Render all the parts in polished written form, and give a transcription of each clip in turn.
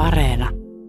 Areena.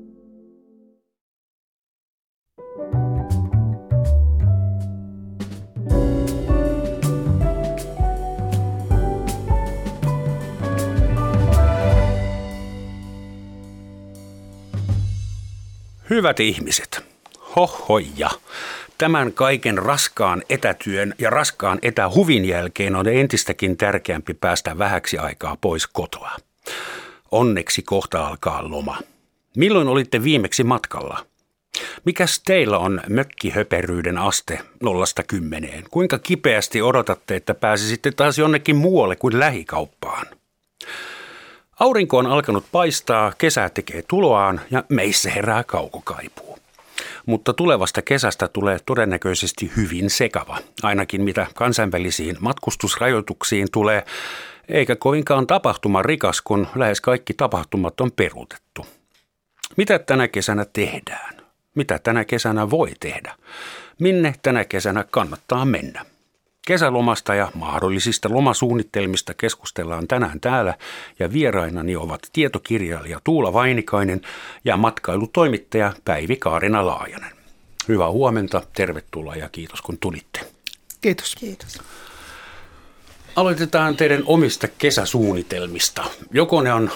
Hyvät ihmiset, hohhoja. Tämän kaiken raskaan etätyön ja raskaan etähuvin jälkeen on entistäkin tärkeämpi päästä vähäksi aikaa pois kotoa. Onneksi kohta alkaa loma. Milloin olitte viimeksi matkalla? Mikäs teillä on mökkihöperyyden aste 0–10? Kuinka kipeästi odotatte, että pääsisitte taas jonnekin muualle kuin lähikauppaan? Aurinko on alkanut paistaa, kesä tekee tuloaan ja meissä herää kaukokaipuu. Mutta tulevasta kesästä tulee todennäköisesti hyvin sekava, ainakin mitä kansainvälisiin matkustusrajoituksiin tulee, eikä kovinkaan tapahtumarikas, kun lähes kaikki tapahtumat on peruutettu. Mitä tänä kesänä tehdään? Mitä tänä kesänä voi tehdä? Minne tänä kesänä kannattaa mennä? Kesälomasta ja mahdollisista lomasuunnitelmista keskustellaan tänään täällä ja vierainani ovat tietokirjailija Tuula Vainikainen ja matkailutoimittaja Päivi Kaarina Laajanen. Hyvää huomenta, tervetuloa ja kiitos kun tulitte. Kiitos. Kiitos. Aloitetaan teidän omista kesäsuunnitelmista. Joko ne on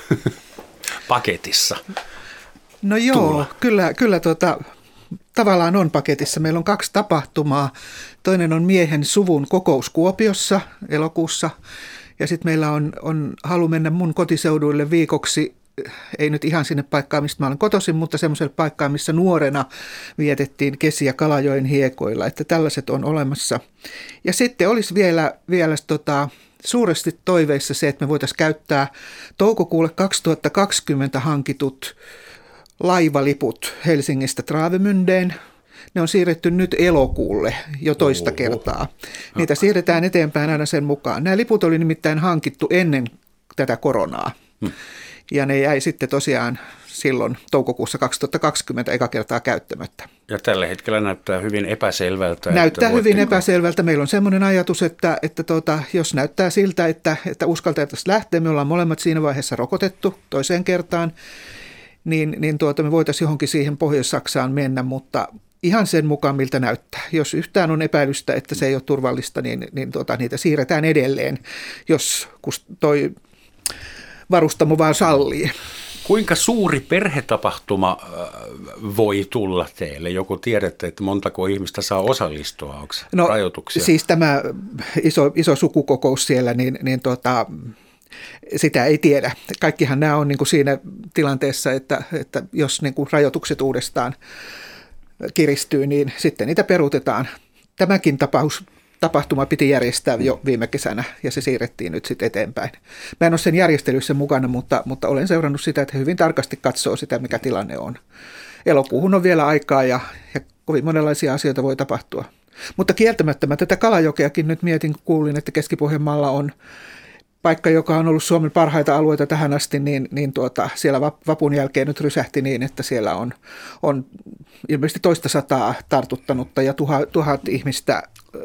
paketissa? No joo, Tuula. Kyllä tavallaan on paketissa. Meillä on 2 tapahtumaa. Toinen on miehen suvun kokous Kuopiossa elokuussa ja sitten meillä on halu mennä mun kotiseuduille viikoksi, ei nyt ihan sinne paikkaan, mistä mä olen kotoisin, mutta semmoiselle paikkaan, missä nuorena vietettiin kesiä Kalajoen hiekoilla, että tällaiset on olemassa. Ja sitten olisi vielä suuresti toiveissa se, että me voitaisiin käyttää toukokuulle 2020 hankitut laivaliput Helsingistä Travemündeen. Ne on siirretty nyt elokuulle jo toista kertaa. Niitä siirretään eteenpäin aina sen mukaan. Nämä liput oli nimittäin hankittu ennen tätä koronaa. Ja ne jäi sitten tosiaan silloin toukokuussa 2020 eka kertaa käyttämättä. Ja tällä hetkellä näyttää hyvin epäselvältä. Näyttää hyvin epäselvältä. Meillä on semmoinen ajatus, että jos näyttää siltä, että uskaltaisiin lähteä, me ollaan molemmat siinä vaiheessa rokotettu toiseen kertaan, niin me voitaisiin johonkin siihen Pohjois-Saksaan mennä, mutta ihan sen mukaan, miltä näyttää. Jos yhtään on epäilystä, että se ei ole turvallista, niin niitä siirretään edelleen, jos toi varustamo vaan sallii. Kuinka suuri perhetapahtuma voi tulla teille? Joku tiedätte, että montako ihmistä saa osallistua? Onko rajoituksia? Siis tämä iso sukukokous siellä, sitä ei tiedä. Kaikkihan nämä on niin kuin siinä tilanteessa, että jos niin kuin rajoitukset uudestaan kiristyy, niin sitten niitä peruutetaan. Tämäkin tapahtuma piti järjestää jo viime kesänä ja se siirrettiin nyt sitten eteenpäin. Mä en ole sen järjestelyissä mukana, mutta olen seurannut sitä, että he hyvin tarkasti katsoo sitä, mikä tilanne on. Elokuuhun on vielä aikaa ja kovin monenlaisia asioita voi tapahtua. Mutta kieltämättä mä tätä Kalajokeakin nyt mietin, kun kuulin, että Keski-Pohjanmaalla on paikka, joka on ollut Suomen parhaita alueita tähän asti, niin siellä vapun jälkeen nyt rysähti niin, että siellä on ilmeisesti 200 tartuttanutta ja 1000 ihmistä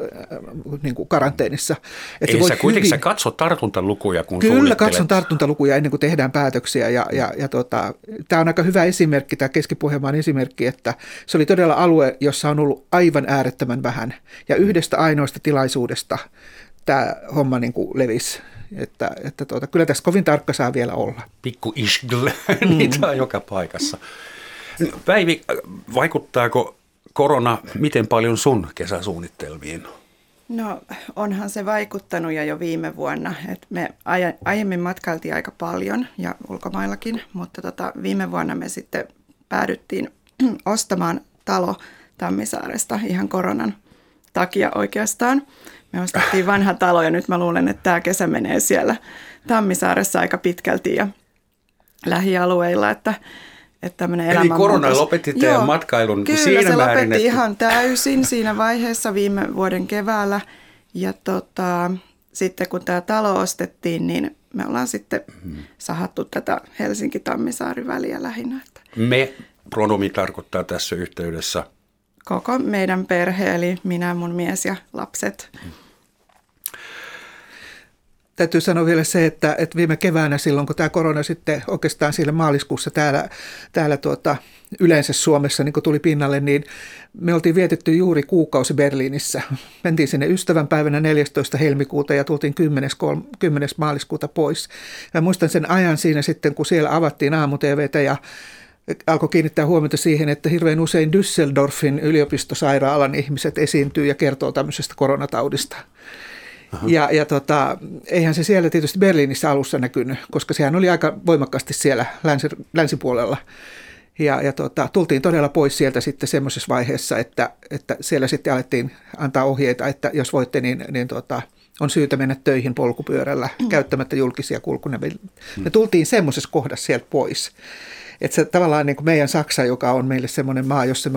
niin kuin karanteenissa. Eli sä kuitenkin sä katsot tartuntalukuja, kun Kyllä suunnittelet. Katson tartuntalukuja ennen kuin tehdään päätöksiä tämä on aika hyvä esimerkki, tämä Keski-Pohjanmaan esimerkki, että se oli todella alue, jossa on ollut aivan äärettömän vähän ja yhdestä ainoasta tilaisuudesta tämä homma niin kuin levisi. Että kyllä tässä kovin tarkka saa vielä olla. Pikku isgl, niitä on joka paikassa. Päivi, vaikuttaako korona miten paljon sun kesäsuunnitelmiin? No onhan se vaikuttanut ja jo viime vuonna. Et me aiemmin matkailtiin aika paljon ja ulkomaillakin, mutta viime vuonna me sitten päädyttiin ostamaan talo Tammisaaresta ihan koronan takia oikeastaan. Me ostettiin vanha talo ja nyt mä luulen, että tämä kesä menee siellä Tammisaaressa aika pitkälti ja lähialueilla, että tämmöinen elämänmuutos. Eli korona lopetti teidän matkailun kyllä, siinä se määrin, lopetti ihan täysin siinä vaiheessa viime vuoden keväällä ja sitten kun tämä talo ostettiin, niin me ollaan sitten sahattu tätä Helsinki-Tammisaari-väliä lähinnä. Me pronomi tarkoittaa tässä yhteydessä koko meidän perhe, eli minä, mun mies ja lapset. täytyy sanoa vielä se, että viime keväänä silloin, kun tämä korona sitten oikeastaan siellä maaliskuussa täällä yleensä Suomessa niin kun tuli pinnalle, niin me oltiin vietetty juuri kuukausi Berliinissä. Mentiin sinne ystävänpäivänä 14. helmikuuta ja tultiin 10. maaliskuuta pois. Ja muistan sen ajan siinä sitten, kun siellä avattiin aamu-tv:tä ja alkoi kiinnittää huomiota siihen, että hirveän usein Düsseldorfin yliopistosairaalan ihmiset esiintyy ja kertoo tämmöisestä koronataudista. Ja eihän se siellä tietysti Berliinissä alussa näkynyt, koska sehän oli aika voimakkaasti siellä länsipuolella. Ja tultiin todella pois sieltä sitten semmoisessa vaiheessa, että siellä sitten alettiin antaa ohjeita, että jos voitte, niin on syytä mennä töihin polkupyörällä käyttämättä julkisia kulkuneuvoja. Me tultiin semmoisessa kohdassa sieltä pois. Että se tavallaan niin kuin meidän Saksa, joka on meille semmoinen maa, jossa me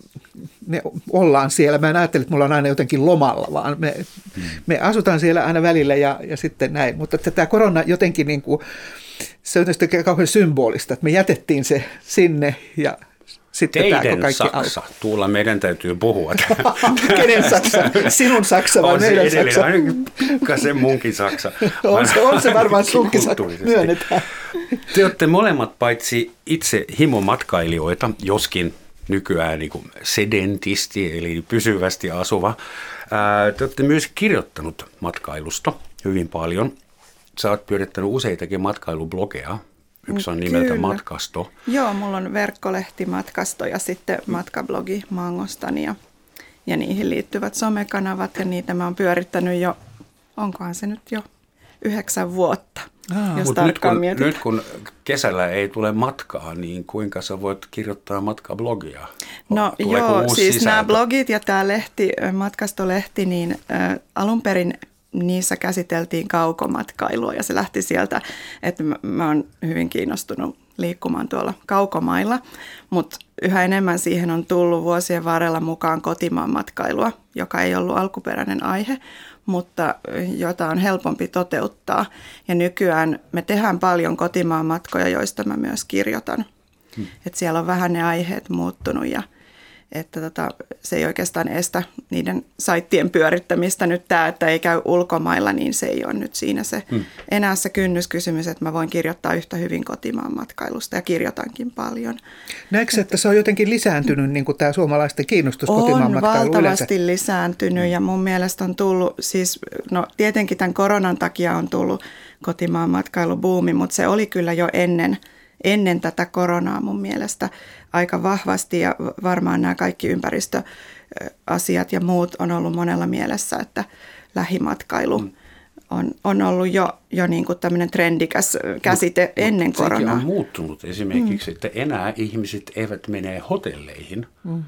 ollaan siellä. Mä en ajattele, että me ollaan aina jotenkin lomalla, vaan me asutaan siellä aina välillä ja sitten näin. Mutta tämä korona jotenkin, niin kuin, se on tietysti kauhean symbolista, että me jätettiin se sinne ja sitten teidän Saksa, Tuula, meidän täytyy puhua. Kenen Saksa? Sinun Saksa vai meidän Saksa? Se munkin Saksa. On se varmaan sunkin Saksa, myönnetään. Te olette molemmat paitsi itse himomatkailijoita, joskin nykyään niin kuin sedentisti, eli pysyvästi asuva. Te olette myös kirjoittanut matkailusta hyvin paljon. Sä oot pyörittänyt useitakin matkailublogeja. Yksi on nimeltä Kyllä. Matkasto. Joo, mulla on verkkolehti Matkasto ja sitten matkablogi Mangostani ja niihin liittyvät somekanavat. Ja niitä mä oon pyörittänyt jo, onkohan se nyt jo 9 vuotta, jos tarkkaan mietitään. Nyt kun kesällä ei tule matkaa, niin kuinka sä voit kirjoittaa matkablogia? No joo, siis nämä blogit ja tämä lehti, Matkastolehti, niin alun perin niissä käsiteltiin kaukomatkailua ja se lähti sieltä, että mä oon hyvin kiinnostunut liikkumaan tuolla kaukomailla, mutta yhä enemmän siihen on tullut vuosien varrella mukaan kotimaan matkailua, joka ei ollut alkuperäinen aihe, mutta jota on helpompi toteuttaa. Ja nykyään me tehdään paljon kotimaan matkoja, joista mä myös kirjoitan. Et siellä on vähän ne aiheet muuttunut ja että se ei oikeastaan estä niiden saittien pyörittämistä nyt tämä, että ei käy ulkomailla, niin se ei ole nyt siinä se enää se kynnyskysymys, että mä voin kirjoittaa yhtä hyvin kotimaan matkailusta ja kirjoitankin paljon. Näetkö, että se on jotenkin lisääntynyt niin kuin tämä suomalaisten kiinnostus kotimaan matkailuun On valtavasti lisääntynyt ja mun mielestä on tullut, siis no tietenkin tämän koronan takia on tullut kotimaan matkailubuumi, mutta se oli kyllä jo ennen tätä koronaa mun mielestä aika vahvasti ja varmaan nämä kaikki ympäristöasiat ja muut on ollut monella mielessä, että lähimatkailu on ollut jo niin kuin tämmöinen trendikäs käsite ennen koronaa. Sekin on muuttunut esimerkiksi, että enää ihmiset eivät mene hotelleihin,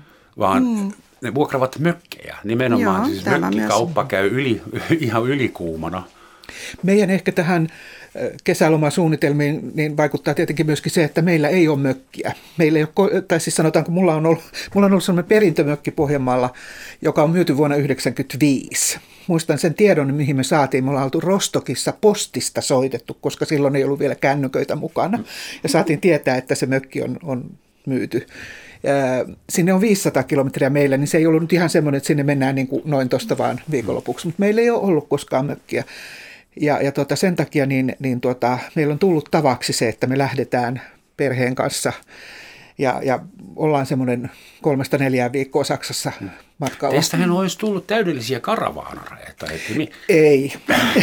vaan ne vuokravat mökkejä. Nimenomaan Joo, siis mökkikauppa käy ihan ylikuumana. Meidän ehkä tähän kesälomasuunnitelmiin niin vaikuttaa tietenkin myöskin se, että meillä ei ole mökkiä. Meillä ei ole, tai siis sanotaanko, mulla on ollut sellainen perintömökki Pohjanmaalla, joka on myyty vuonna 1995. Muistan sen tiedon, mihin me saatiin. Me ollaan oltu Rostokissa postista soitettu, koska silloin ei ollut vielä kännyköitä mukana. Ja saatiin tietää, että se mökki on myyty. Sinne on 500 kilometriä meillä, niin se ei ollut nyt ihan semmoinen, että sinne mennään niin kuin noin tuosta vaan viikonlopuksi. Mutta meillä ei ole ollut koskaan mökkiä. Ja sen takia meillä on tullut tavaksi se, että me lähdetään perheen kanssa ja ollaan semmoinen 3-4 viikkoa Saksassa matkalla. Teistähän olisi tullut täydellisiä karavaanareita, Ei.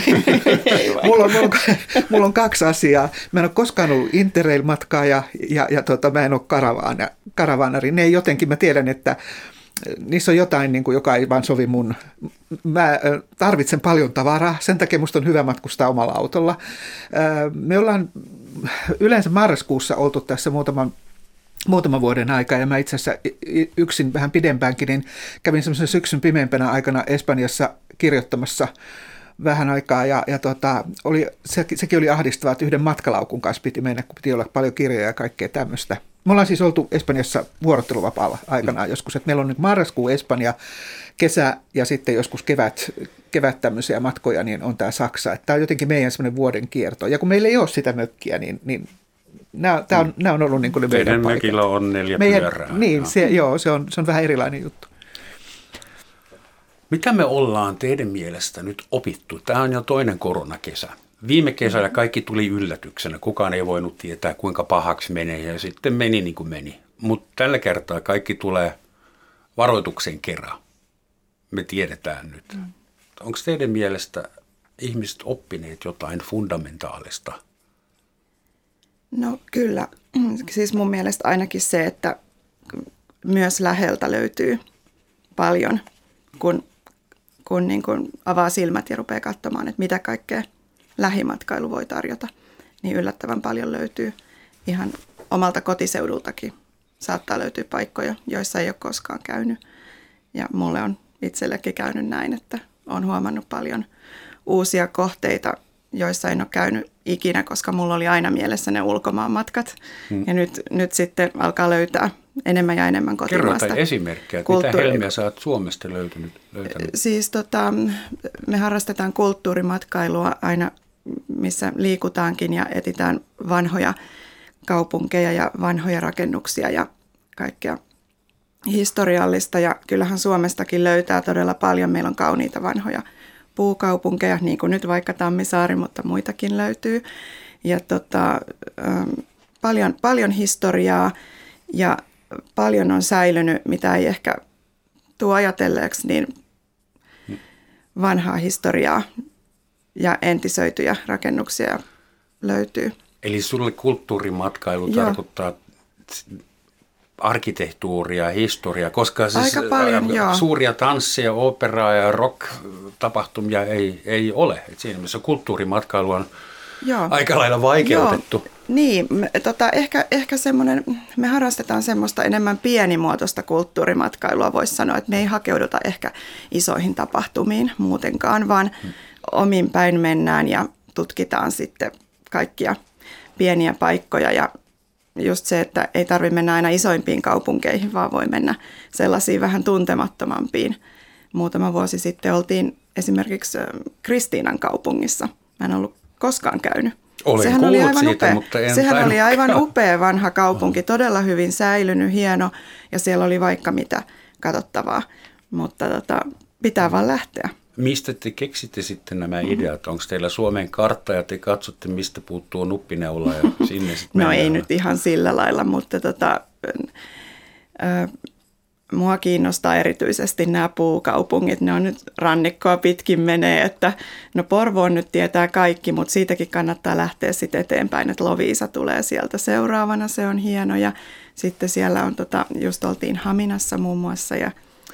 Mulla on 2 asiaa. Mä en ole koskaan ollut Interrail-matkaa ja mä en ole karavaanari. Ne ei jotenkin, mä tiedän, että niissä on jotain, niin kuin, joka ei vaan sovi mun. Mä tarvitsen paljon tavaraa, sen takia musta on hyvä matkustaa omalla autolla. Me ollaan yleensä marraskuussa oltu tässä muutaman vuoden aikaa, ja mä itse asiassa yksin vähän pidempäänkin, niin kävin semmoisen syksyn pimeämpänä aikana Espanjassa kirjoittamassa vähän aikaa, ja sekin oli ahdistavaa, että yhden matkalaukun kanssa piti mennä, kun piti olla paljon kirjoja ja kaikkea tämmöistä. Me ollaan siis oltu Espanjassa vuorotteluvapaalla aikanaan joskus, että meillä on nyt marraskuu Espanja, kesä ja sitten joskus kevät tämmöisiä matkoja, niin on tämä Saksa. Tämä on jotenkin meidän semmoinen vuoden kierto. Ja kun meillä ei ole sitä mökkiä, niin nämä on ollut niin kuin ne meidän paikat. Teidän mökillä on 4 pyörää. Niin, se on vähän erilainen juttu. Mitä me ollaan teidän mielestä nyt opittu? Tämä on jo toinen koronakesä. Viime kesällä kaikki tuli yllätyksenä. Kukaan ei voinut tietää, kuinka pahaksi menee ja sitten meni niin kuin meni. Mutta tällä kertaa kaikki tulee varoituksen kerran. Me tiedetään nyt. Onko teidän mielestä ihmiset oppineet jotain fundamentaalista? No kyllä. Siis mun mielestä ainakin se, että myös läheltä löytyy paljon, kun niin kuin avaa silmät ja rupeaa katsomaan, että mitä kaikkea lähimatkailu voi tarjota, niin yllättävän paljon löytyy ihan omalta kotiseudultakin. Saattaa löytyä paikkoja, joissa ei ole koskaan käynyt. Ja mulle on itsellekin käynyt näin, että olen huomannut paljon uusia kohteita, joissa en ole käynyt ikinä, koska mulla oli aina mielessä ne ulkomaanmatkat. Ja nyt sitten alkaa löytää enemmän ja enemmän kotimaasta. Kerro jotain esimerkkejä, mitä helmiä sä oot Suomesta löytänyt? Siis me harrastetaan kulttuurimatkailua aina, missä liikutaankin ja etsitään vanhoja kaupunkeja ja vanhoja rakennuksia ja kaikkea historiallista. Ja kyllähän Suomestakin löytää todella paljon. Meillä on kauniita vanhoja puukaupunkeja, niin kuin nyt vaikka Tammisaari, mutta muitakin löytyy. Ja paljon historiaa ja paljon on säilynyt, mitä ei ehkä tule ajatelleeksi, niin vanhaa historiaa ja entisöityjä rakennuksia löytyy. Eli sulle kulttuurimatkailu tarkoittaa arkkitehtuuria, historiaa, koska siis aika paljon, suuria tansseja, operaa ja rock-tapahtumia ei ole. Et siinä mielessä kulttuurimatkailu on aika lailla vaikeutettu. Joo. Niin, ehkä semmoinen, me harrastetaan semmoista enemmän pienimuotoista kulttuurimatkailua, voisi sanoa, että me ei hakeuduta ehkä isoihin tapahtumiin muutenkaan, vaan omin päin mennään ja tutkitaan sitten kaikkia pieniä paikkoja ja just se, että ei tarvitse mennä aina isoimpiin kaupunkeihin, vaan voi mennä sellaisiin vähän tuntemattomampiin. Muutama vuosi sitten oltiin esimerkiksi Kristiinan kaupungissa. Mä en ollut koskaan käynyt. Sehän oli aivan siitä, upea. Mutta sehän oli aivan upea vanha kaupunki, todella hyvin säilynyt, hieno ja siellä oli vaikka mitä katsottavaa, mutta pitää vaan lähteä. Mistä te keksitte sitten nämä ideat? Onko teillä Suomen kartta ja te katsotte, mistä puuttuu nuppineula ja sinne sitten No ei nyt ihan sillä lailla, mutta mua kiinnostaa erityisesti nämä puukaupungit. Ne on nyt rannikkoa pitkin menee, että no Porvoon nyt tietää kaikki, mutta siitäkin kannattaa lähteä sitten eteenpäin, että Loviisa tulee sieltä seuraavana, se on hieno ja sitten siellä on just oltiin Haminassa muun muassa ja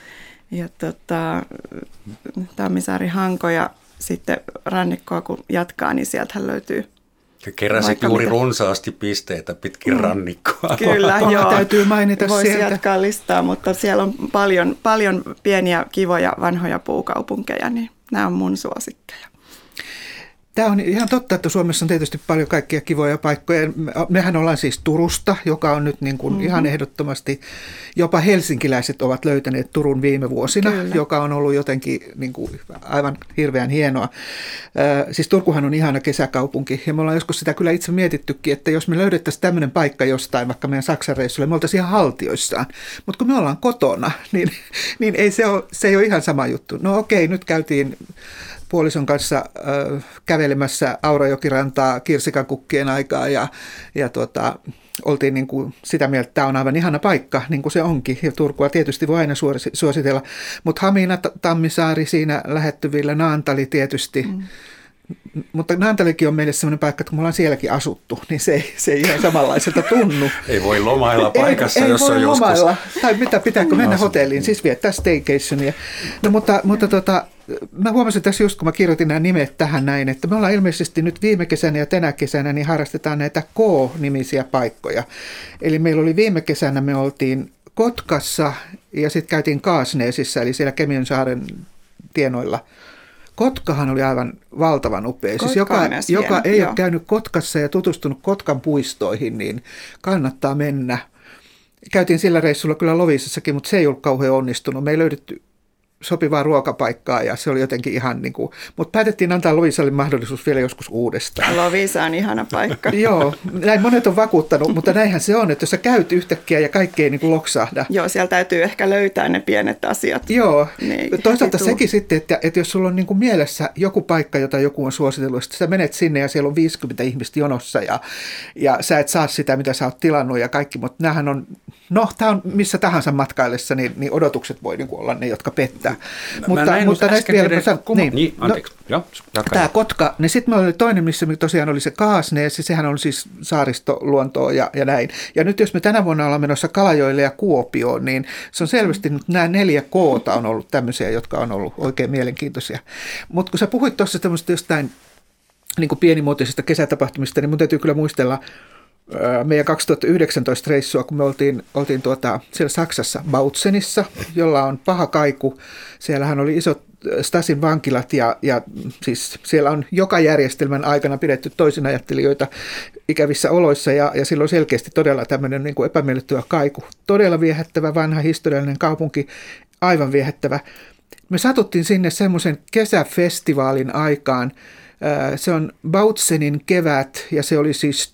Tammisaari, Hanko ja sitten rannikkoa kun jatkaa, niin sieltähän löytyy. Ja keräsit juuri runsaasti pisteitä pitkin rannikkoa. Kyllä, joo. Täytyy mainita voisi sieltä. jatkaa listaa, mutta siellä on paljon pieniä, kivoja, vanhoja puukaupunkeja, niin nämä on mun suosikkeja. Tämä on ihan totta, että Suomessa on tietysti paljon kaikkia kivoja paikkoja. Mehän ollaan siis Turusta, joka on nyt niin kuin ihan ehdottomasti, jopa helsinkiläiset ovat löytäneet Turun viime vuosina, Kyllä. joka on ollut jotenkin niin kuin aivan hirveän hienoa. Siis Turkuhan on ihana kesäkaupunki ja me ollaan joskus sitä kyllä itse mietittykin, että jos me löydettäisiin tämmöinen paikka jostain, vaikka meidän Saksan reissulle, me oltaisiin ihan haltioissaan. Mutta kun me ollaan kotona, niin ei se ei ole ihan sama juttu. No okei, nyt käytiin puolison kanssa kävelemässä Aurajokirantaa kirsikakukkien aikaa ja oltiin niin kuin sitä mieltä, että tämä on aivan ihana paikka, niin kuin se onkin. Ja Turkua tietysti voi aina suositella, mutta Hamina, Tammisaari siinä lähettyvillä, Naantali tietysti. Mutta Naantalikin on meille sellainen paikka, että kun me ollaan sielläkin asuttu, niin se ei ihan samanlaiselta tunnu. Ei voi lomailla paikassa, ei jos voi on lomailla. joskus. Tai pitääkö mennä hotelliin, siis viettää staycationia. No, mutta mä huomasin tässä just, kun mä kirjoitin nämä nimet tähän näin, että me ollaan ilmeisesti nyt viime kesänä ja tänä kesänä, niin harrastetaan näitä K-nimisiä paikkoja. Eli meillä oli viime kesänä, me oltiin Kotkassa ja sitten käytiin Kaasneesissa, eli siellä Kemiönsaaren tienoilla. Kotkahan oli aivan valtavan upea. Siis joka ei ole käynyt Kotkassa ja tutustunut Kotkan puistoihin, niin kannattaa mennä. Käytiin sillä reissulla kyllä Loviisassakin, mutta se ei ollut kauhean onnistunut. Me ei löydetty sopivaa ruokapaikkaa ja se oli jotenkin ihan niin kuin, mutta päätettiin antaa Loviisalle mahdollisuus vielä joskus uudestaan. Loviisa on ihana paikka. Joo, näin monet on vakuuttanut, mutta näinhän se on, että jos sä käyt yhtäkkiä ja kaikki ei niin kuin loksahda. Joo, siellä täytyy ehkä löytää ne pienet asiat. Joo, toisaalta sekin sitten, että jos sulla on niin kuin mielessä joku paikka, jota joku on suositellut, että sä menet sinne ja siellä on 50 ihmistä jonossa ja sä et saa sitä, mitä sä oot tilannut ja kaikki, mutta näähän on, tämä on missä tahansa matkaillessa, niin odotukset voi niin kuin olla ne, jotka pettää. Mutta näistä vielä, tämä Kotka, niin sitten meillä oli toinen, missä tosiaan oli se Kaasnees, sehän oli siis saaristoluontoa ja näin. Ja nyt jos me tänä vuonna ollaan menossa Kalajoelle ja Kuopioon, niin se on selvästi, että nämä 4 koota on ollut tämmöisiä, jotka on ollut oikein mielenkiintoisia. Mutta kun sä puhuit tuossa tämmöistä jostain niin kuin pienimuotoisista kesätapahtumista, niin mun täytyy kyllä muistella meidän 2019 reissua, kun me oltiin siellä Saksassa Bautzenissa, jolla on paha kaiku. Siellähän oli isot Stasin vankilat ja siis siellä on joka järjestelmän aikana pidetty toisinajattelijoita ikävissä oloissa ja silloin selkeästi todella tämmöinen niin kuin epämiellyttävä kaiku. Todella viehättävä vanha historiallinen kaupunki, aivan viehättävä. Me satuttiin sinne semmoisen kesäfestivaalin aikaan. Se on Bautzenin kevät ja se oli siis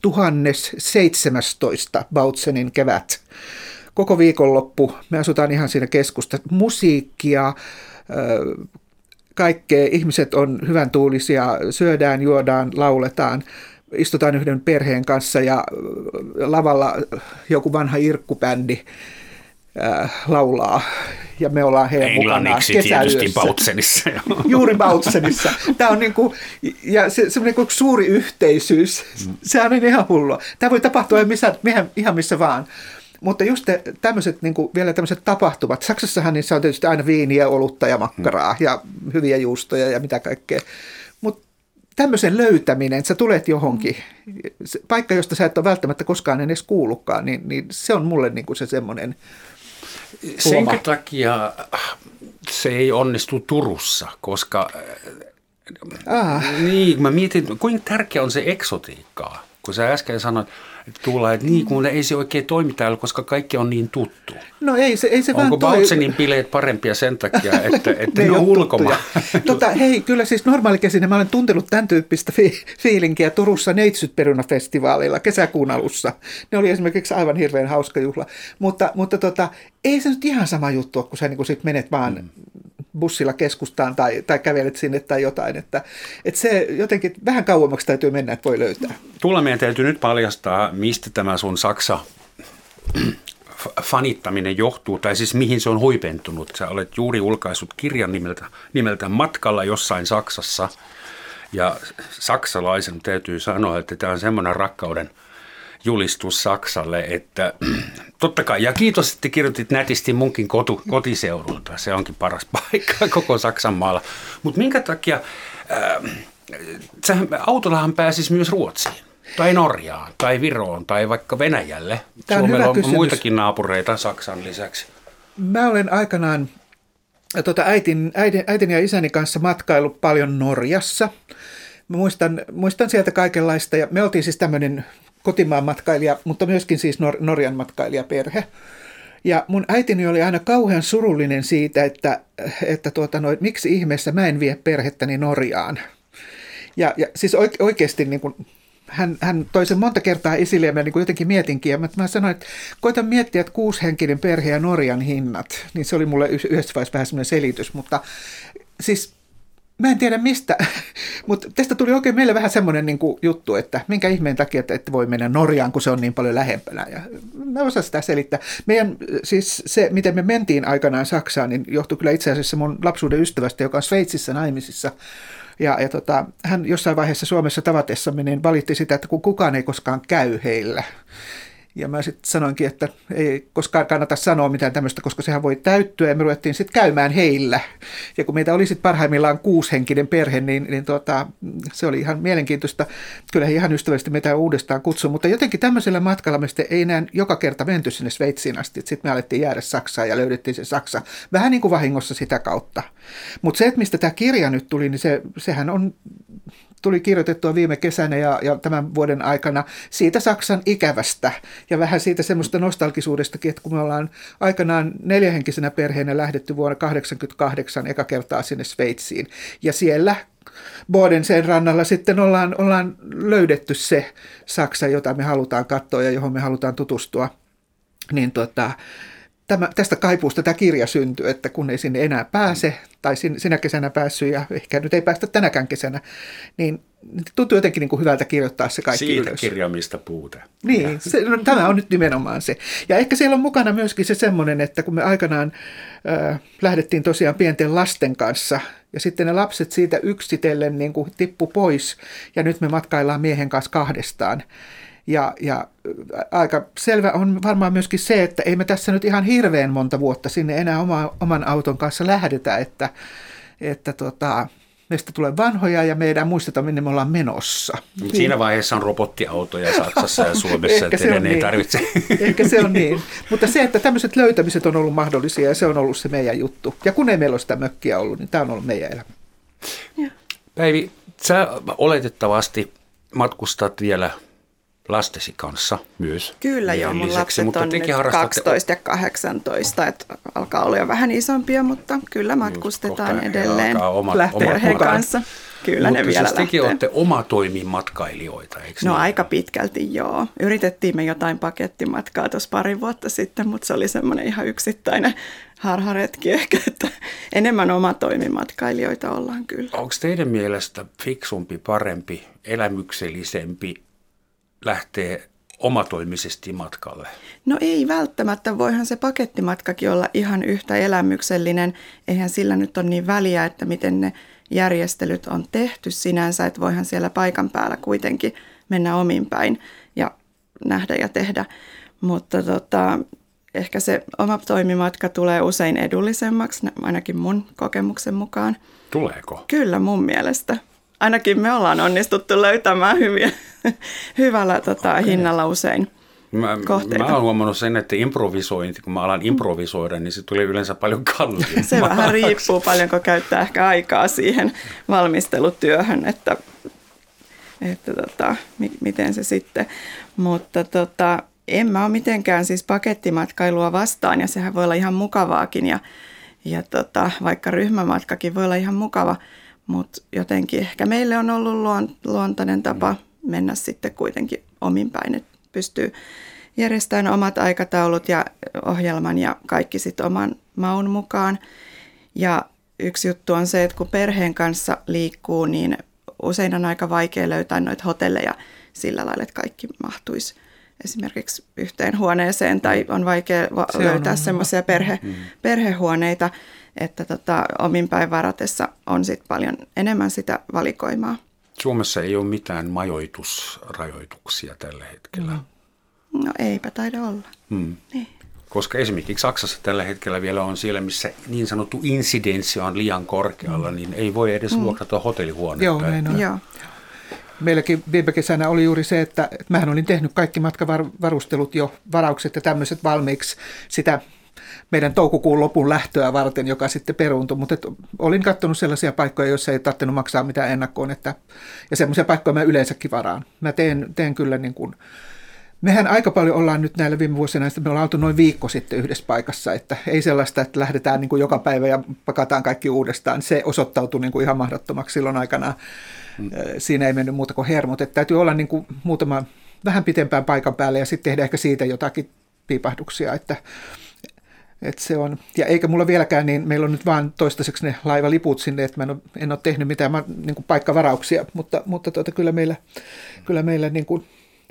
1017 Bautzenin kevät. Koko viikonloppu, me asutaan ihan siinä keskusta, musiikkia, kaikkea, ihmiset on hyvän tuulisia, syödään, juodaan, lauletaan, istutaan yhden perheen kanssa ja lavalla joku vanha irkkubändi laulaa ja me ollaan heidän mukanaan kesäyössä. Tietysti Bautzenissa. Juuri Bautzenissa. Tämä on niin kuin, ja se niin kuin suuri yhteisyys, sehän on ihan hullua. Tämä voi tapahtua ihan missä vaan. Mutta just tämmöiset, niin kuin vielä tämmöiset tapahtumat. Saksassahan niissä on tietysti aina viiniä, olutta ja makkaraa ja hyviä juustoja ja mitä kaikkea. Mutta tämmöisen löytäminen, että sä tulet johonkin, paikka, josta sä et ole välttämättä koskaan edes kuullutkaan, niin se on mulle niin kuin se semmoinen Senkä takia se ei onnistu Turussa, koska niin, mä mietin, kuinka tärkeä on se eksotiikkaa, kun sä äsken sanoit, että niin, kun ei se oikein toimi täällä, koska kaikki on niin tuttu. No ei se vaan onko Bautzenin bileet parempia sen takia, että ne on ulkomaan? Hei, kyllä siis normaalikesinä mä olen tuntenut tämän tyyppistä fiilinkiä Turussa Neitsytperunafestivaalilla kesäkuun alussa. Ne oli esimerkiksi aivan hirveän hauska juhla. Mutta ei se nyt ihan sama juttu ole, kun sä niin sit menet vaan bussilla keskustaan tai kävelet sinne tai jotain. Että se jotenkin vähän kauemmaksi täytyy mennä, että voi löytää. Tulla meidän täytyy nyt paljastaa, mistä tämä sun fanittaminen johtuu, tai siis mihin se on huipentunut. Sä olet juuri julkaissut kirjan nimeltä Matkalla jossain Saksassa, ja saksalaisen täytyy sanoa, että tämä on semmoinen rakkauden julistus Saksalle, että totta kai, ja kiitos, että kirjoitit nätisti munkin kotiseudulta, se onkin paras paikka koko Saksan maalla. Mutta minkä takia, autollahan pääsisi myös Ruotsiin. Tai Norjaan, tai Viroon, tai vaikka Venäjälle. Suomella on muitakin naapureita Saksan lisäksi. Mä olen aikanaan äitin ja isäni kanssa matkaillut paljon Norjassa. Mä muistan sieltä kaikenlaista, ja me oltiin siis tämmöinen kotimaan matkailija, mutta myöskin siis Norjan matkailijaperhe. Ja mun äitini oli aina kauhean surullinen siitä, että miksi ihmeessä mä en vie perhettäni Norjaan. Ja siis oikeasti niin kuin hän toi sen monta kertaa esille ja mä niin kuin jotenkin mietinkin. Ja mä sanoin, että koitan miettiä, että 6-henkinen perhe ja Norjan hinnat. Niin se oli mulle yhdessä vaiheessa vähän semmoinen selitys. Mutta siis mä en tiedä mistä. Mutta tästä tuli oikein meille vähän semmoinen niin kuin juttu, että minkä ihmeen takia, että ette voi mennä Norjaan, kun se on niin paljon lähempänä. Ja mä osaan sitä selittää. Meidän siis se, miten me mentiin aikanaan Saksaan, niin johtui kyllä itse asiassa mun lapsuuden ystävästä, joka on Sveitsissä naimisissa. Ja hän jossain vaiheessa Suomessa tavatessamme niin valitti sitä, että kun kukaan ei koskaan käy heillä. Ja mä sitten sanoinkin, että ei koskaan kannata sanoa mitään tämmöistä, koska sehän voi täyttyä. Ja me ruvettiin sitten käymään heillä. Ja kun meitä oli sitten parhaimmillaan 6-henkinen perhe, niin se oli ihan mielenkiintoista. Kyllä he ihan ystävällisesti meitä uudestaan kutsui. Mutta jotenkin tämmöisellä matkalla me sitten ei enää joka kerta menty sinne Sveitsiin asti. Sitten me alettiin jäädä Saksaan ja löydettiin se Saksa. Vähän niin kuin vahingossa sitä kautta. Mutta se, että mistä tämä kirja nyt tuli, niin sehän on tuli kirjoitettua viime kesänä ja tämän vuoden aikana siitä Saksan ikävästä ja vähän siitä semmoista nostalgisuudestakin, että kun me ollaan aikanaan 4-henkisenä perheenä lähdetty vuonna 1988 eka kertaa sinne Sveitsiin ja siellä Bodenseen rannalla sitten ollaan löydetty se Saksa, jota me halutaan katsoa ja johon me halutaan tutustua, niin tästä kaipuusta tämä kirja syntyy, että kun ei sinne enää pääse, tai sinä kesänä päässyt ja ehkä nyt ei päästä tänäkään kesänä, niin tuntuu jotenkin niin kuin hyvältä kirjoittaa se kaikki siitä ylös. Siitä kirjaamista puute. Niin, tämä on nyt nimenomaan se. Ja ehkä siellä on mukana myöskin se semmoinen, että kun me aikanaan lähdettiin tosiaan pienten lasten kanssa, ja sitten ne lapset siitä yksitellen niin kuin tippu pois, ja nyt me matkaillaan miehen kanssa kahdestaan. Ja aika selvä on varmaan myöskin se, että ei me tässä nyt ihan hirveän monta vuotta sinne enää oman auton kanssa lähdetä, että meistä tulee vanhoja ja meidän muistetaan, minne me ollaan menossa. Niin. Siinä vaiheessa on robottiautoja Saksassa ja Suomessa, että ei niin tarvitse. Ehkä se on niin. Mutta se, että tämmöiset löytämiset on ollut mahdollisia ja se on ollut se meidän juttu. Ja kun ei meillä ole sitä mökkiä ollut, niin tämä on ollut meidän elämä. Ja. Päivi, sä oletettavasti matkustat vielä lastesi kanssa myös. Kyllä joo, mun lapset on nyt 12 ja 18, että alkaa olla jo vähän isompia, mutta kyllä matkustetaan edelleen perheen kanssa. Kyllä mutta ne vielä siis tekin lähtee. olette omatoimimatkailijoita, eikö No niin? aika pitkälti joo. Yritettiin me jotain pakettimatkaa tuossa pari vuotta sitten, mutta se oli semmoinen ihan yksittäinen harharetki ehkä, että enemmän omatoimimatkailijoita ollaan kyllä. Onko teidän mielestä fiksumpi, parempi, elämyksellisempi lähtee omatoimisesti matkalle? No ei välttämättä, voihan se pakettimatkakin olla ihan yhtä elämyksellinen. Eihän sillä nyt ole niin väliä, että miten ne järjestelyt on tehty sinänsä, että voihan siellä paikan päällä kuitenkin mennä omin päin ja nähdä ja tehdä. Mutta ehkä se oma toimimatka tulee usein edullisemmaksi, ainakin mun kokemuksen mukaan. Tuleeko? Kyllä mun mielestä. Ainakin me ollaan onnistuttu löytämään hyvällä hinnalla usein kohteita. Mä oon huomannut sen, että improvisointi, kun mä alan improvisoida, niin se tulee yleensä paljon kalliimpaa. Se vähän riippuu paljonko käyttää ehkä aikaa siihen valmistelutyöhön, että miten se sitten. Mutta en mä ole mitenkään siis pakettimatkailua vastaan ja sehän voi olla ihan mukavaakin ja vaikka ryhmämatkakin voi olla ihan mukava. Mutta jotenkin ehkä meille on ollut luontainen tapa mennä sitten kuitenkin omin päin, että pystyy järjestämään omat aikataulut ja ohjelman ja kaikki sitten oman maun mukaan. Ja yksi juttu on se, että kun perheen kanssa liikkuu, niin usein on aika vaikea löytää noita hotelleja sillä lailla, että kaikki mahtuisi esimerkiksi yhteen huoneeseen tai on vaikea löytää semmoisia perhehuoneita, että omin päin varatessa on sitten paljon enemmän sitä valikoimaa. Suomessa ei ole mitään majoitusrajoituksia tällä hetkellä. No eipä taida olla. Niin. Koska esimerkiksi Saksassa tällä hetkellä vielä on siellä, missä niin sanottu insidenssi on liian korkealla, niin ei voi edes vuokrata hotellihuonetta. Joo, näin on. Joo. Meilläkin viime kesänä oli juuri se, että mähän olin tehnyt kaikki matkavarustelut jo, varaukset ja tämmöiset valmiiksi sitä meidän toukokuun lopun lähtöä varten, joka sitten peruuntui, mutta olin katsonut sellaisia paikkoja, joissa ei tarvinnut maksaa mitään ennakkoon, ja semmoisia paikkoja mä yleensäkin varaan. Mä teen kyllä niin kuin, mehän aika paljon ollaan nyt näillä viime vuosina, että me ollaan oltu noin viikko sitten yhdessä paikassa, että ei sellaista, että lähdetään niin kuin joka päivä ja pakataan kaikki uudestaan. Se osoittautui niin kuin ihan mahdottomaksi silloin aikana. Siinä ei mennyt muuta kuin hermot, että täytyy olla niin kuin muutama vähän pitempään paikan päälle ja sitten tehdä ehkä siitä jotakin piipahduksia, että se on, ja eikä mulla vieläkään, niin meillä on nyt vaan toistaiseksi ne laivaliput sinne, että mä en ole tehnyt mitään niin kuin paikkavarauksia, mutta kyllä meillä niin kuin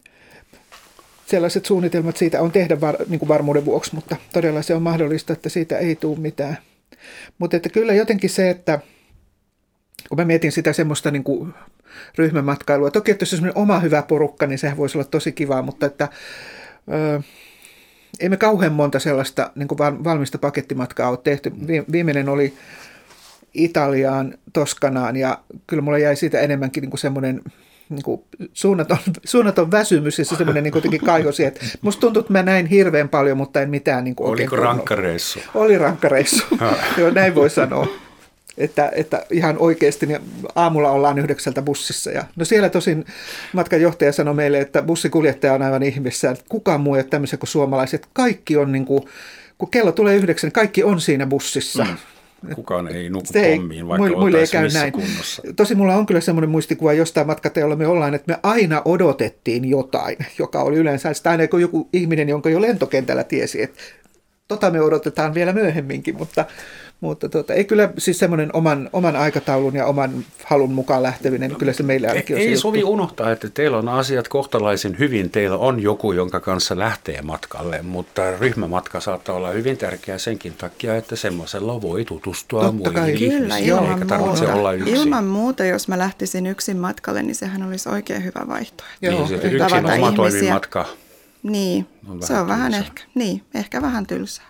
sellaiset suunnitelmat siitä on tehdä niin kuin varmuuden vuoksi, mutta todella se on mahdollista, että siitä ei tule mitään. Mutta että kyllä jotenkin se, että kun mä mietin sitä semmoista niin kuin ryhmämatkailua, toki että jos on semmoinen oma hyvä porukka, niin sehän voisi olla tosi kivaa, mutta että ei me kauhean monta sellaista niin kuin valmista pakettimatkaa ole tehty. Viimeinen oli Italiaan, Toskanaan, ja kyllä mulla jäi siitä enemmänkin niin kuin semmoinen niin kuin suunnaton väsymys ja se semmoinen niin kuitenkin kaihosi, että musta tuntuu, että mä näin hirveän paljon, mutta en mitään. Niin kuin oliko rankka reissu? Oli rankka reissu, joo, näin voi sanoa. Että ihan oikeasti niin aamulla ollaan 9 bussissa. No siellä tosin matkanjohtaja sanoi meille, että bussikuljettaja on aivan ihmeessään. Kukaan muu ei ole tämmöisiä kuin suomalaiset. Kaikki on niin kuin, kun kello tulee 9, kaikki on siinä bussissa. Kukaan ei nuku pommiin, vaikka muille ei käy missä näin. kunnossa. Tosi mulla on kyllä semmoinen muistikuva jostain matkateolla me ollaan, että me aina odotettiin jotain, joka oli yleensä sitä aina joku ihminen, jonka jo lentokentällä tiesi, että me odotetaan vielä myöhemminkin, mutta ei kyllä siis semmoinen oman aikataulun ja oman halun mukaan lähtevinen, niin kyllä se meille ainakin on. Ei sovi unohtaa, että teillä on asiat kohtalaisen hyvin. Teillä on joku, jonka kanssa lähtee matkalle, mutta ryhmämatka saattaa olla hyvin tärkeä senkin takia, että semmoisella voi tutustua muihin ihmisiin, eikä tarvitse olla yksin. Ilman muuta, jos mä lähtisin yksin matkalle, niin sehän olisi oikein hyvä vaihtoehto. Niin, se yksin oma toimimatka. Niin, se on vähän ehkä vähän tylsää.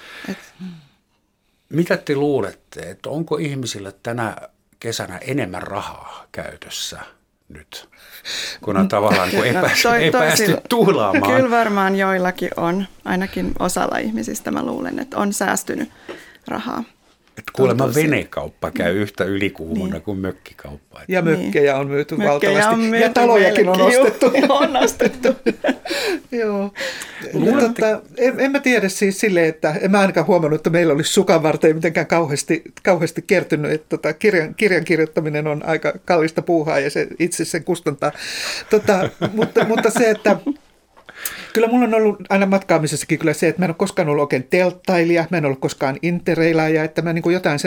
Mitä te luulette, että onko ihmisillä tänä kesänä enemmän rahaa käytössä nyt, kun on tavallaan kun ei päästy tuhlaamaan? Kyllä varmaan joillakin on, ainakin osalla ihmisistä mä luulen, että on säästynyt rahaa. Että kuulemma venekauppa käy yhtä ylikuumana kuin mökkikauppa. Ja mökkejä on myyty valtavasti. Ja talojakin on ostettu. On ostettu. Joo. En mä tiedä siis silleen, että en mä ainakaan huomannut, että meillä olisi sukanvarteen mitenkään kauheasti kertynyt. Että kirjan kirjoittaminen on aika kallista puuhaa ja se itse sen kustantaa. Mutta se, että kyllä mulla on ollut aina matkaamisessakin kyllä se, että mä en ole koskaan ollut oikein telttailija, mä en ollut koskaan interreilaaja, että mä niin kuin jotain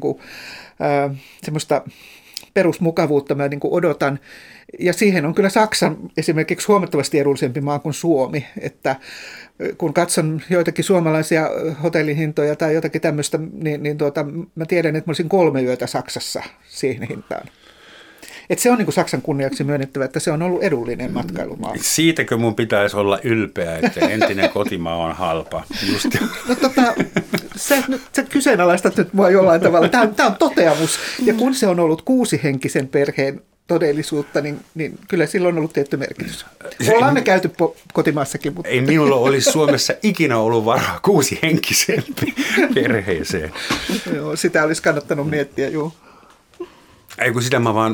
semmoista perusmukavuutta mä niin kuin odotan. Ja siihen on kyllä Saksan esimerkiksi huomattavasti edullisempi maa kuin Suomi, että kun katson joitakin suomalaisia hotellihintoja tai jotakin tämmöistä, niin mä tiedän, että mä olisin 3 yötä Saksassa siihen hintaan. Että se on niin kuin Saksan kunniaksi myönnettävä, että se on ollut edullinen matkailumaa. Siitäkö mun pitäisi olla ylpeä, että entinen kotimaa on halpa? Just. No sä kyseenalaistat nyt mua jollain tavalla. Tämä on toteamus. Ja kun se on ollut 6-henkisen perheen todellisuutta, niin kyllä silloin on ollut tietty merkitys. Ollaan me käyty kotimaassakin. Mutta. Ei minulla olisi Suomessa ikinä ollut varaa 6-henkiseen perheeseen. Joo, sitä olisi kannattanut miettiä, joo. Ei kun sitä mä vaan,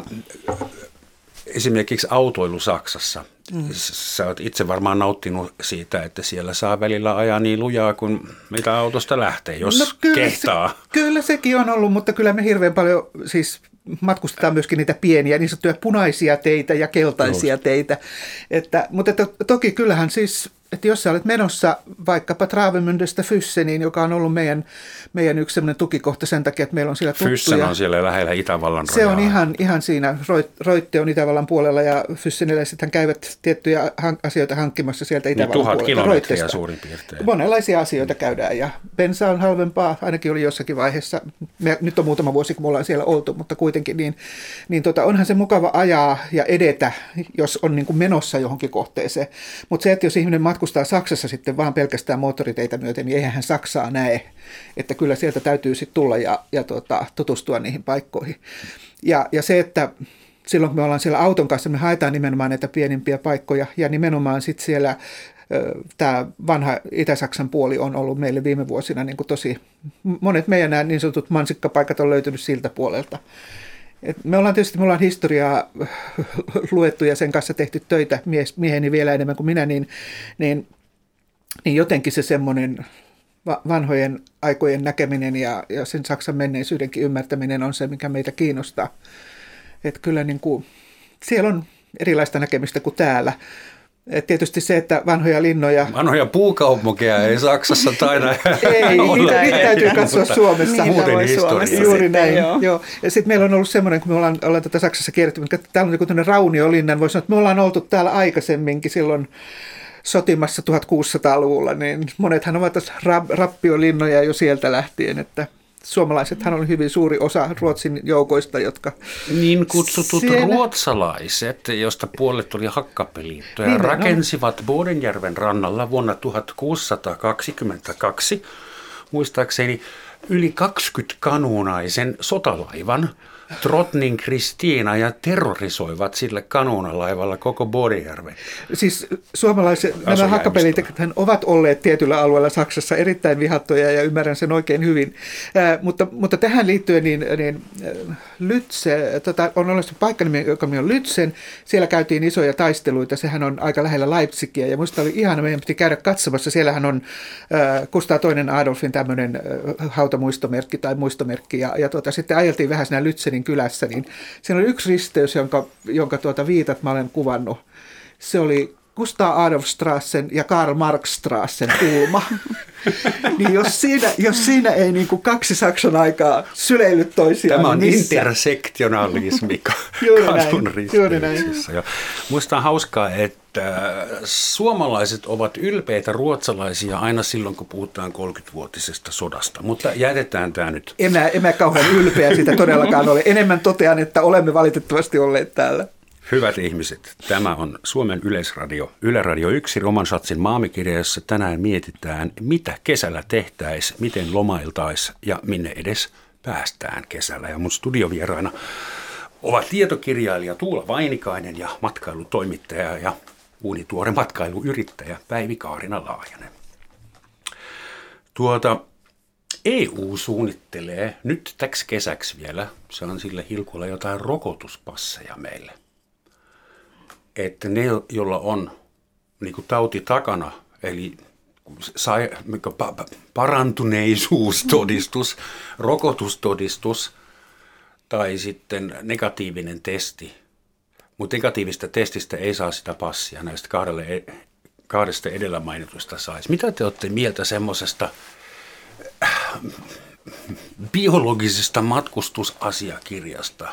esimerkiksi autoilu Saksassa, sä oot itse varmaan nauttinut siitä, että siellä saa välillä ajaa niin lujaa kuin mitä autosta lähtee, jos kehtaa. Kyllä sekin on ollut, mutta kyllä me hirveän paljon siis matkustetaan myöskin niitä pieniä, niin sanottuja punaisia teitä ja keltaisia teitä. Mutta toki kyllähän siis, että jos sä olet menossa vaikkapa Travemündestä Füsseniin, joka on ollut meidän yksi sellainen tukikohta sen takia, että meillä on siellä tuttuja. Füssen on siellä lähellä Itävallan rajaa. Se on ihan siinä, Roitte on Itävallan puolella ja Füsseniläisethän käyvät tiettyjä asioita hankkimassa sieltä Itävallan puolelta. 1000 kilometriä suurin piirtein. Monenlaisia asioita käydään ja bensa on halvempaa, ainakin oli jossakin vaiheessa. Nyt on muutama vuosi, kun me ollaan siellä oltu, mutta kuitenkin onhan se mukava ajaa ja edetä, jos on niin kuin menossa johonkin kohteeseen. Mutta se, että jos ihminen matkustaa Saksassa sitten vaan pelkästään moottoriteitä myöten, niin eihän hän Saksaa näe. Että kyllä sieltä täytyy sitten tulla ja tutustua niihin paikkoihin. Ja se, että silloin kun me ollaan siellä auton kanssa, me haetaan nimenomaan näitä pienimpiä paikkoja ja nimenomaan sitten siellä tämä vanha Itä-Saksan puoli on ollut meille viime vuosina niin kuin tosi, monet meidän nämä niin sanotut mansikkapaikat on löytynyt siltä puolelta. Me ollaan historiaa luettu ja sen kanssa tehty töitä, mieheni vielä enemmän kuin minä, niin jotenkin se semmoinen vanhojen aikojen näkeminen ja sen Saksan menneisyydenkin ymmärtäminen on se, mikä meitä kiinnostaa. Että kyllä niin kuin, siellä on erilaista näkemistä kuin täällä. Et tietysti se, että vanhoja linnoja... Vanhoja puukaupunkeja ei Saksassa taida ei, niitä täytyy katsoa Suomessa. Muuten historiassa. Juuri näin, joo. Ja sitten meillä on ollut semmoinen, kun me ollaan tätä Saksassa kierretty, että täällä on joku tämmöinen rauniolinnan, voi sanoa, että me ollaan oltu täällä aikaisemminkin silloin sotimassa 1600-luvulla, niin monethan ovat tässä rappiolinnoja jo sieltä lähtien, että... Suomalaisethan on hyvin suuri osa Ruotsin joukoista, jotka... Niin kutsutut ruotsalaiset, josta puolet oli hakkapeliittoja, niin, rakensivat Bodenjärven rannalla vuonna 1622, muistaakseni yli 20 kanuunaisen sotalaivan Trotnin Kristiina ja terrorisoivat sille kanuunalaivalla koko Bodijärven. Siis nämä hakkapelit ovat olleet tietyllä alueella Saksassa erittäin vihattuja ja ymmärrän sen oikein hyvin. Mutta tähän liittyen niin Lütze, on olemassa paikka, joka on Lützen. Siellä käytiin isoja taisteluita. Sehän on aika lähellä Leipzigia ja musta oli ihana, meidän piti käydä katsomassa. Siellähän on Kustaa II Adolfin tämmöinen hautamuistomerkki tai muistomerkki ja sitten ajeltiin vähän siinä Lützenin kylässä, niin siinä oli yksi risteys, jonka viitat mä olen kuvannut. Se oli Gustav Adolf Strassen ja Karl Marx Strassen kulma. Niin jos siinä ei niin kuin kaksi Saksan aikaa syleily toisiaan. Tämä on niin intersektionalismi kadun risteyksissä. Musta on hauskaa, että suomalaiset ovat ylpeitä ruotsalaisia aina silloin, kun puhutaan 30-vuotisesta sodasta. Mutta jätetään tämä nyt. En mä kauhean ylpeä sitä todellakaan ole. Enemmän totean, että olemme valitettavasti olleet täällä. Hyvät ihmiset, tämä on Suomen Yleisradio, Yle Radio 1, Roman Schatzin Maamikirja, jossa tänään mietitään, mitä kesällä tehtäisiin, miten lomailtaisiin ja minne edes päästään kesällä. Ja mun studiovieraina ovat tietokirjailija Tuula Vainikainen ja matkailutoimittaja ja uunituore matkailuyrittäjä Päivi Kaarina Laajanen. EU suunnittelee nyt täksi kesäksi vielä, se on sille hilkulla jotain rokotuspasseja meille. Että ne, joilla on niin kuin tauti takana, eli parantuneisuustodistus, rokotustodistus tai sitten negatiivinen testi, mutta negatiivista testistä ei saa sitä passia, näistä kahdesta edellä mainitusta saisi. Mitä te olette mieltä semmoisesta biologisesta matkustusasiakirjasta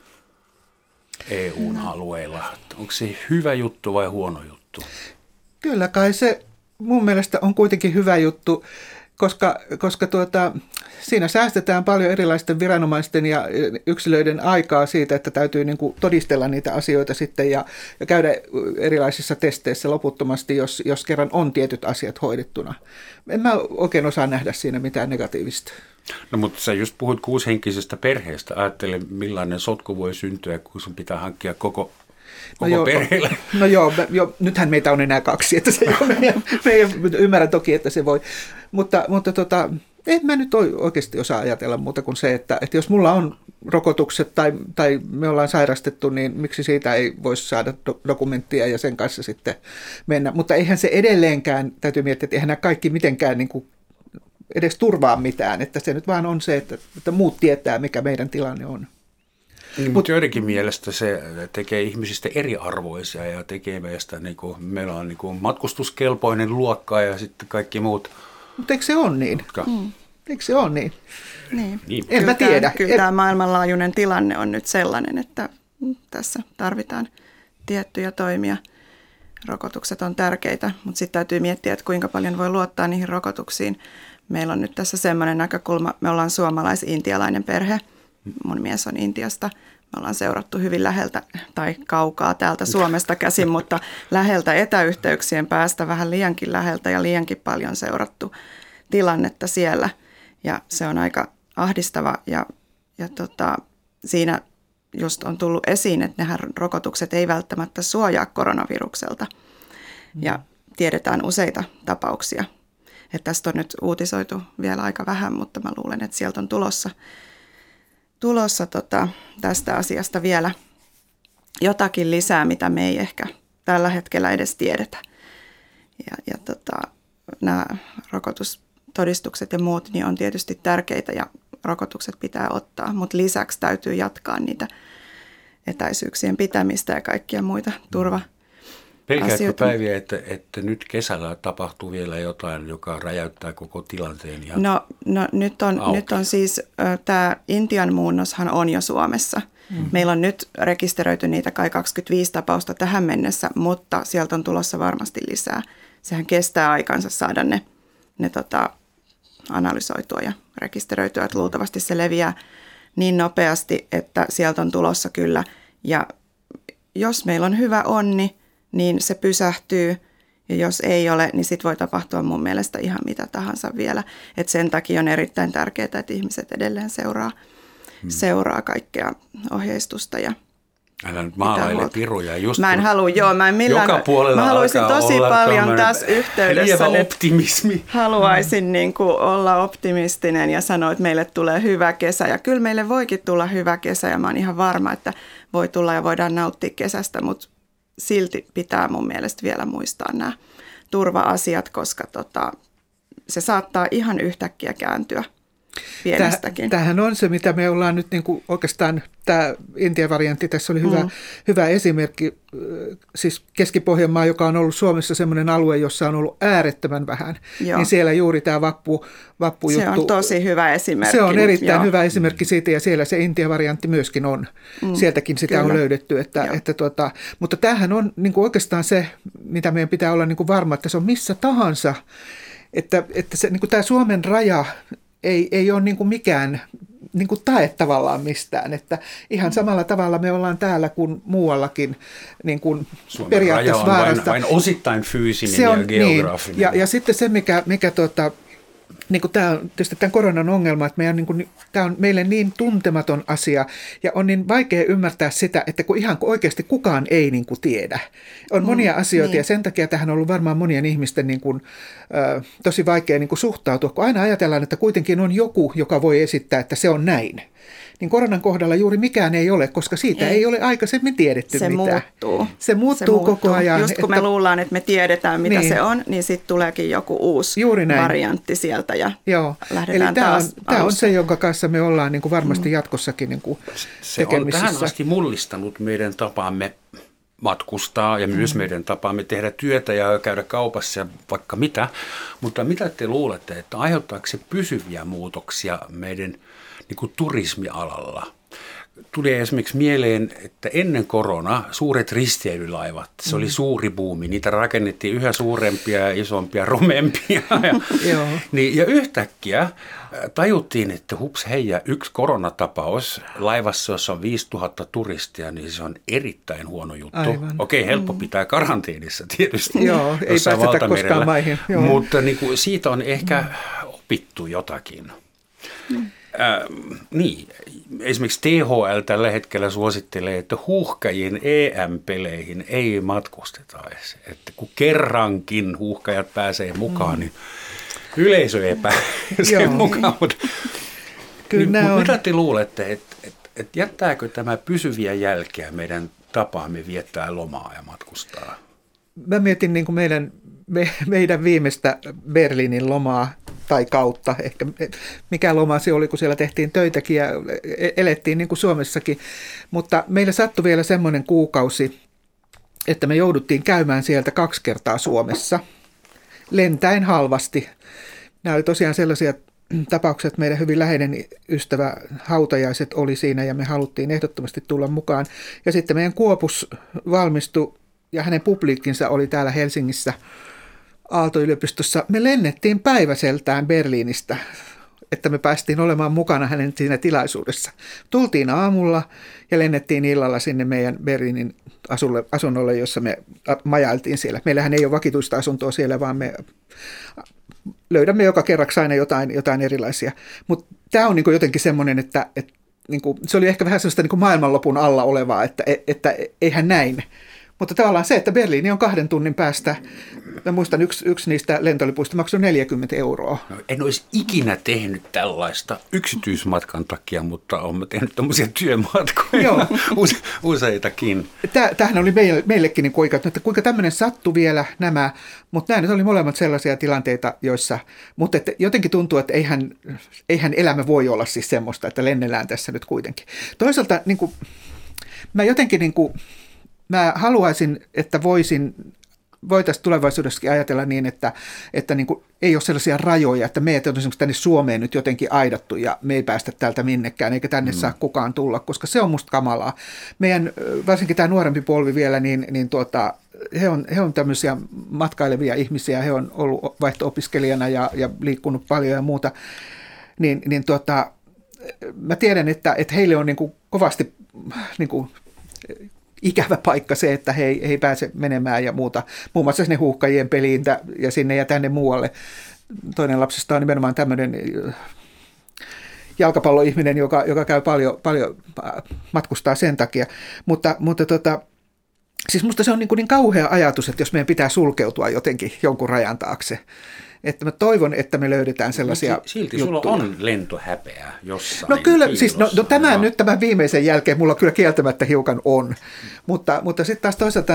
EUn alueilla? Onko se hyvä juttu vai huono juttu? Kyllä kai se mun mielestä on kuitenkin hyvä juttu, koska siinä säästetään paljon erilaisten viranomaisten ja yksilöiden aikaa siitä, että täytyy niin kuin todistella niitä asioita sitten ja käydä erilaisissa testeissä loputtomasti, jos kerran on tietyt asiat hoidettuna. En mä oikein osaa nähdä siinä mitään negatiivista. No mutta sä just puhuit 6-henkisestä perheestä. Ajattele, millainen sotku voi syntyä, kun sun pitää hankkia koko perheelle. No joo, nythän meitä on enää 2, että se ei ole meidän ymmärrän toki, että se voi. Mutta en mä nyt oikeasti osaa ajatella muuta kuin se, että jos mulla on rokotukset tai me ollaan sairastettu, niin miksi siitä ei voisi saada dokumenttia ja sen kanssa sitten mennä. Mutta eihän se edelleenkään, täytyy miettiä, että eihän nämä kaikki mitenkään niin kuin edes turvaa mitään, että se nyt vaan on se, että muut tietää, mikä meidän tilanne on. Mutta joidenkin mielestä se tekee ihmisistä eriarvoisia ja tekee meistä, meillä on matkustuskelpoinen luokka ja sitten kaikki muut. Mutta eikö se ole niin? Eikö se ole niin? Niin. En mä tiedä. Kyllä tämä maailmanlaajuinen tilanne on nyt sellainen, että tässä tarvitaan tiettyjä toimia. Rokotukset on tärkeitä, mutta sitten täytyy miettiä, että kuinka paljon voi luottaa niihin rokotuksiin. Meillä on nyt tässä semmoinen näkökulma, me ollaan suomalais-intialainen perhe. Mun mies on Intiasta. Me ollaan seurattu hyvin läheltä tai kaukaa täältä Suomesta käsin, mutta läheltä etäyhteyksien päästä vähän liiankin läheltä ja liiankin paljon seurattu tilannetta siellä. Ja se on aika ahdistava ja siinä just on tullut esiin, että nämä rokotukset ei välttämättä suojaa koronavirukselta. Ja tiedetään useita tapauksia. Että tästä on nyt uutisoitu vielä aika vähän, mutta mä luulen, että sieltä on tulossa tästä asiasta vielä jotakin lisää, mitä me ei ehkä tällä hetkellä edes tiedetä. Ja nämä rokotustodistukset ja muut niin on tietysti tärkeitä ja rokotukset pitää ottaa, mutta lisäksi täytyy jatkaa niitä etäisyyksien pitämistä ja kaikkia muita turva-asioita. Pelkäätkö Päiviä, että nyt kesällä tapahtuu vielä jotain, joka räjäyttää koko tilanteen? No nyt on siis, tämä Intian muunnoshan on jo Suomessa. Meillä on nyt rekisteröity niitä kai 25 tapausta tähän mennessä, mutta sieltä on tulossa varmasti lisää. Sehän kestää aikansa saada ne analysoitua ja rekisteröityä, että luultavasti se leviää niin nopeasti, että sieltä on tulossa kyllä. Ja jos meillä on hyvä onni, niin se pysähtyy, ja jos ei ole, niin sitten voi tapahtua mun mielestä ihan mitä tahansa vielä. Et sen takia on erittäin tärkeää, että ihmiset edelleen seuraa seuraa kaikkea ohjeistusta ja älä nyt maalaile piruja. Just mä en halua, mä en millään. Joka puolella mä haluaisin tosi paljon tässä yhteydessä nyt. Optimismi. Haluaisin niin kuin olla optimistinen ja sanoa, että meille tulee hyvä kesä. Ja kyllä meille voikin tulla hyvä kesä ja mä oon ihan varma, että voi tulla ja voidaan nauttia kesästä, mutta silti pitää mun mielestä vielä muistaa nämä turva-asiat, koska se saattaa ihan yhtäkkiä kääntyä pienestäkin. Tämähän on se, mitä me ollaan nyt niin kuin oikeastaan, tämä Intia-variantti, tässä oli hyvä esimerkki, siis Keski-Pohjanmaa, joka on ollut Suomessa sellainen alue, jossa on ollut äärettömän vähän, niin siellä juuri tämä vappujuttu. Se on tosi hyvä esimerkki. Se on erittäin hyvä esimerkki siitä, ja siellä se Intia-variantti myöskin on. Sieltäkin sitä on löydetty. Mutta tämähän on niin kuin oikeastaan se, mitä meidän pitää olla niin kuin varma, että se on missä tahansa, että se, niin kuin tämä Suomen raja ei ole niin kuin mikään niin kuin tae tavallaan mistään, että ihan samalla tavalla me ollaan täällä kuin muuallakin niin kuin periaatteessa vaarasta. Vain osittain fyysinen ja geografinen. Niin. Ja sitten se, mikä niin kuin tämä on tietysti tämän koronan ongelma, että tämä on meille niin tuntematon asia ja on niin vaikea ymmärtää sitä, että kun ihan oikeasti kukaan ei niin kuin tiedä. On monia asioita ja sen takia tähän on ollut varmaan monien ihmisten niin kuin, tosi vaikea niin kuin suhtautua, kun aina ajatellaan, että kuitenkin on joku, joka voi esittää, että se on näin. Niin koronan kohdalla juuri mikään ei ole, koska siitä ei ole aikaisemmin tiedetty mitään. Se muuttuu koko ajan. Just kun me luullaan, että me tiedetään, mitä se on, niin sitten tuleekin joku uusi variantti sieltä ja lähdetään taas Tämä on se, jonka kanssa me ollaan niin kuin varmasti jatkossakin niin kuin se tekemisissä. On tähän asti mullistanut meidän tapaamme matkustaa ja myös meidän tapaamme tehdä työtä ja käydä kaupassa ja vaikka mitä. Mutta mitä te luulette, että aiheuttaako se pysyviä muutoksia meidän niin kuin turismialalla? Tuli esimerkiksi mieleen, että ennen koronaa suuret risteilylaivat, se oli suuri buumi, niitä rakennettiin yhä suurempia ja isompia, rumempia. Ja yhtäkkiä tajuttiin, että hups heijä, yksi koronatapaus laivassa, jossa on 5000 turistia, niin se on erittäin huono juttu. Okei, helppo pitää karanteenissa tietysti. Joo, ei päästetä koskaan maihin. Mutta niin kuin siitä on ehkä opittu jotakin. Niin, esimerkiksi THL tällä hetkellä suosittelee, että huuhkajien EM-peleihin ei matkusteta edes. Että kun kerrankin huuhkajat pääsee mukaan, niin yleisö ei pääse mukaan. Mitä te luulette, että jättääkö tämä pysyviä jälkeä meidän tapaamme viettää lomaa ja matkustaa? Mä mietin niin kuin meidän viimeistä Berliinin lomaa tai kautta, ehkä mikä loma se oli, kun siellä tehtiin töitäkin ja elettiin niin kuin Suomessakin, mutta meillä sattui vielä semmoinen kuukausi, että me jouduttiin käymään sieltä 2 kertaa Suomessa, lentäen halvasti. Nämä oli tosiaan sellaisia tapauksia, että meidän hyvin läheinen ystävä hautajaiset oli siinä ja me haluttiin ehdottomasti tulla mukaan. Ja sitten meidän Kuopus valmistui ja hänen publiikkinsa oli täällä Helsingissä Aalto-yliopistossa. Me lennettiin päiväseltään Berliinistä, että me päästiin olemaan mukana hänen siinä tilaisuudessa. Tultiin aamulla ja lennettiin illalla sinne meidän Berliinin asunnolle, jossa me majailtiin siellä. Meillähän ei ole vakituista asuntoa siellä, vaan me löydämme joka kerraksi aina jotain erilaisia. Mutta tämä on niinku jotenkin semmoinen, että niinku, se oli ehkä vähän sellaista niinku maailmanlopun alla olevaa, että eihän näin. Mutta tavallaan se, että Berliini on 2 tunnin päästä, mä muistan yksi niistä lentolipuista maksoi 40 €. No, en olisi ikinä tehnyt tällaista yksityismatkan takia, mutta olen tehnyt tämmöisiä työmatkoja useitakin. Tämähän oli meillekin niin että kuinka tämmöinen sattui vielä nämä, mutta nämä nyt oli molemmat sellaisia tilanteita, joissa, mutta että jotenkin tuntuu, että eihän elämä voi olla siis semmoista, että lennellään tässä nyt kuitenkin. Toisaalta niin kuin, mä jotenkin niin kuin, mä haluaisin, että voitaisiin tulevaisuudessakin ajatella niin, että niin kuin ei ole sellaisia rajoja, että meidät on esimerkiksi tänne Suomeen nyt jotenkin aidattu ja me ei päästä täältä minnekään, eikä tänne saa kukaan tulla, koska se on musta kamalaa. Meidän, varsinkin tämä nuorempi polvi vielä, niin he on tämmöisiä matkailevia ihmisiä, he on ollut vaihto-opiskelijana ja liikkunut paljon ja muuta, mä tiedän, että heille on niin kuin kovasti niin kuin ikävä paikka se, että he ei pääse menemään ja muuta. Muun muassa sinne huuhkajien peliin ja sinne ja tänne muualle. Toinen lapsista on nimenomaan tämmöinen jalkapalloihminen, joka käy paljon matkustaa sen takia. Mutta siis musta se on niin kauhea ajatus, että jos meidän pitää sulkeutua jotenkin jonkun rajan taakse. Että mä toivon, että me löydetään sellaisia silti juttuja. Sulla on lentohäpeää jossain. No kyllä, siis nyt tämän viimeisen jälkeen mulla kyllä kieltämättä hiukan on. Mutta sitten taas toisaalta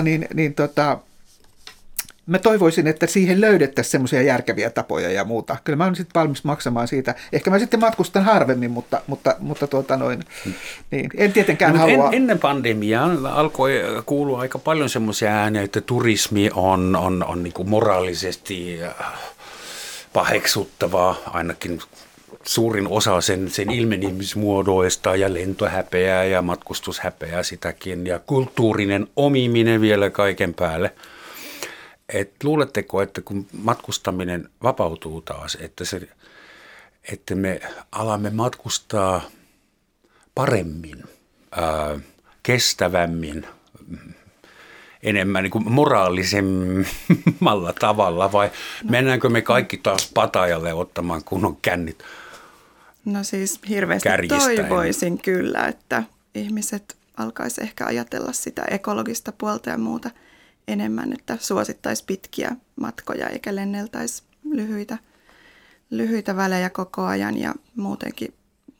mä toivoisin, että siihen löydettäisiin semmoisia järkeviä tapoja ja muuta. Kyllä mä oon sitten valmis maksamaan siitä. Ehkä mä sitten matkustan harvemmin, mutta niin. En tietenkään halua. Ennen pandemiaa alkoi kuulua aika paljon semmoisia ääniä, että turismi on niin kuin moraalisesti paheksuttavaa, ainakin suurin osa sen ilmenemismuodoista ja lentohäpeää ja matkustushäpeää sitäkin ja kulttuurinen omiminen vielä kaiken päälle. Luuletteko, että kun matkustaminen vapautuu taas, että me alamme matkustaa paremmin, kestävämmin, enemmän niin kuin moraalisemmalla tavalla vai mennäänkö me kaikki taas Patajalle ottamaan kunnon kännit? No siis hirveästi toivoisin kyllä, että ihmiset alkaisi ehkä ajatella sitä ekologista puolta ja muuta enemmän, että suosittaisi pitkiä matkoja eikä lenneltäisi lyhyitä välejä koko ajan ja muutenkin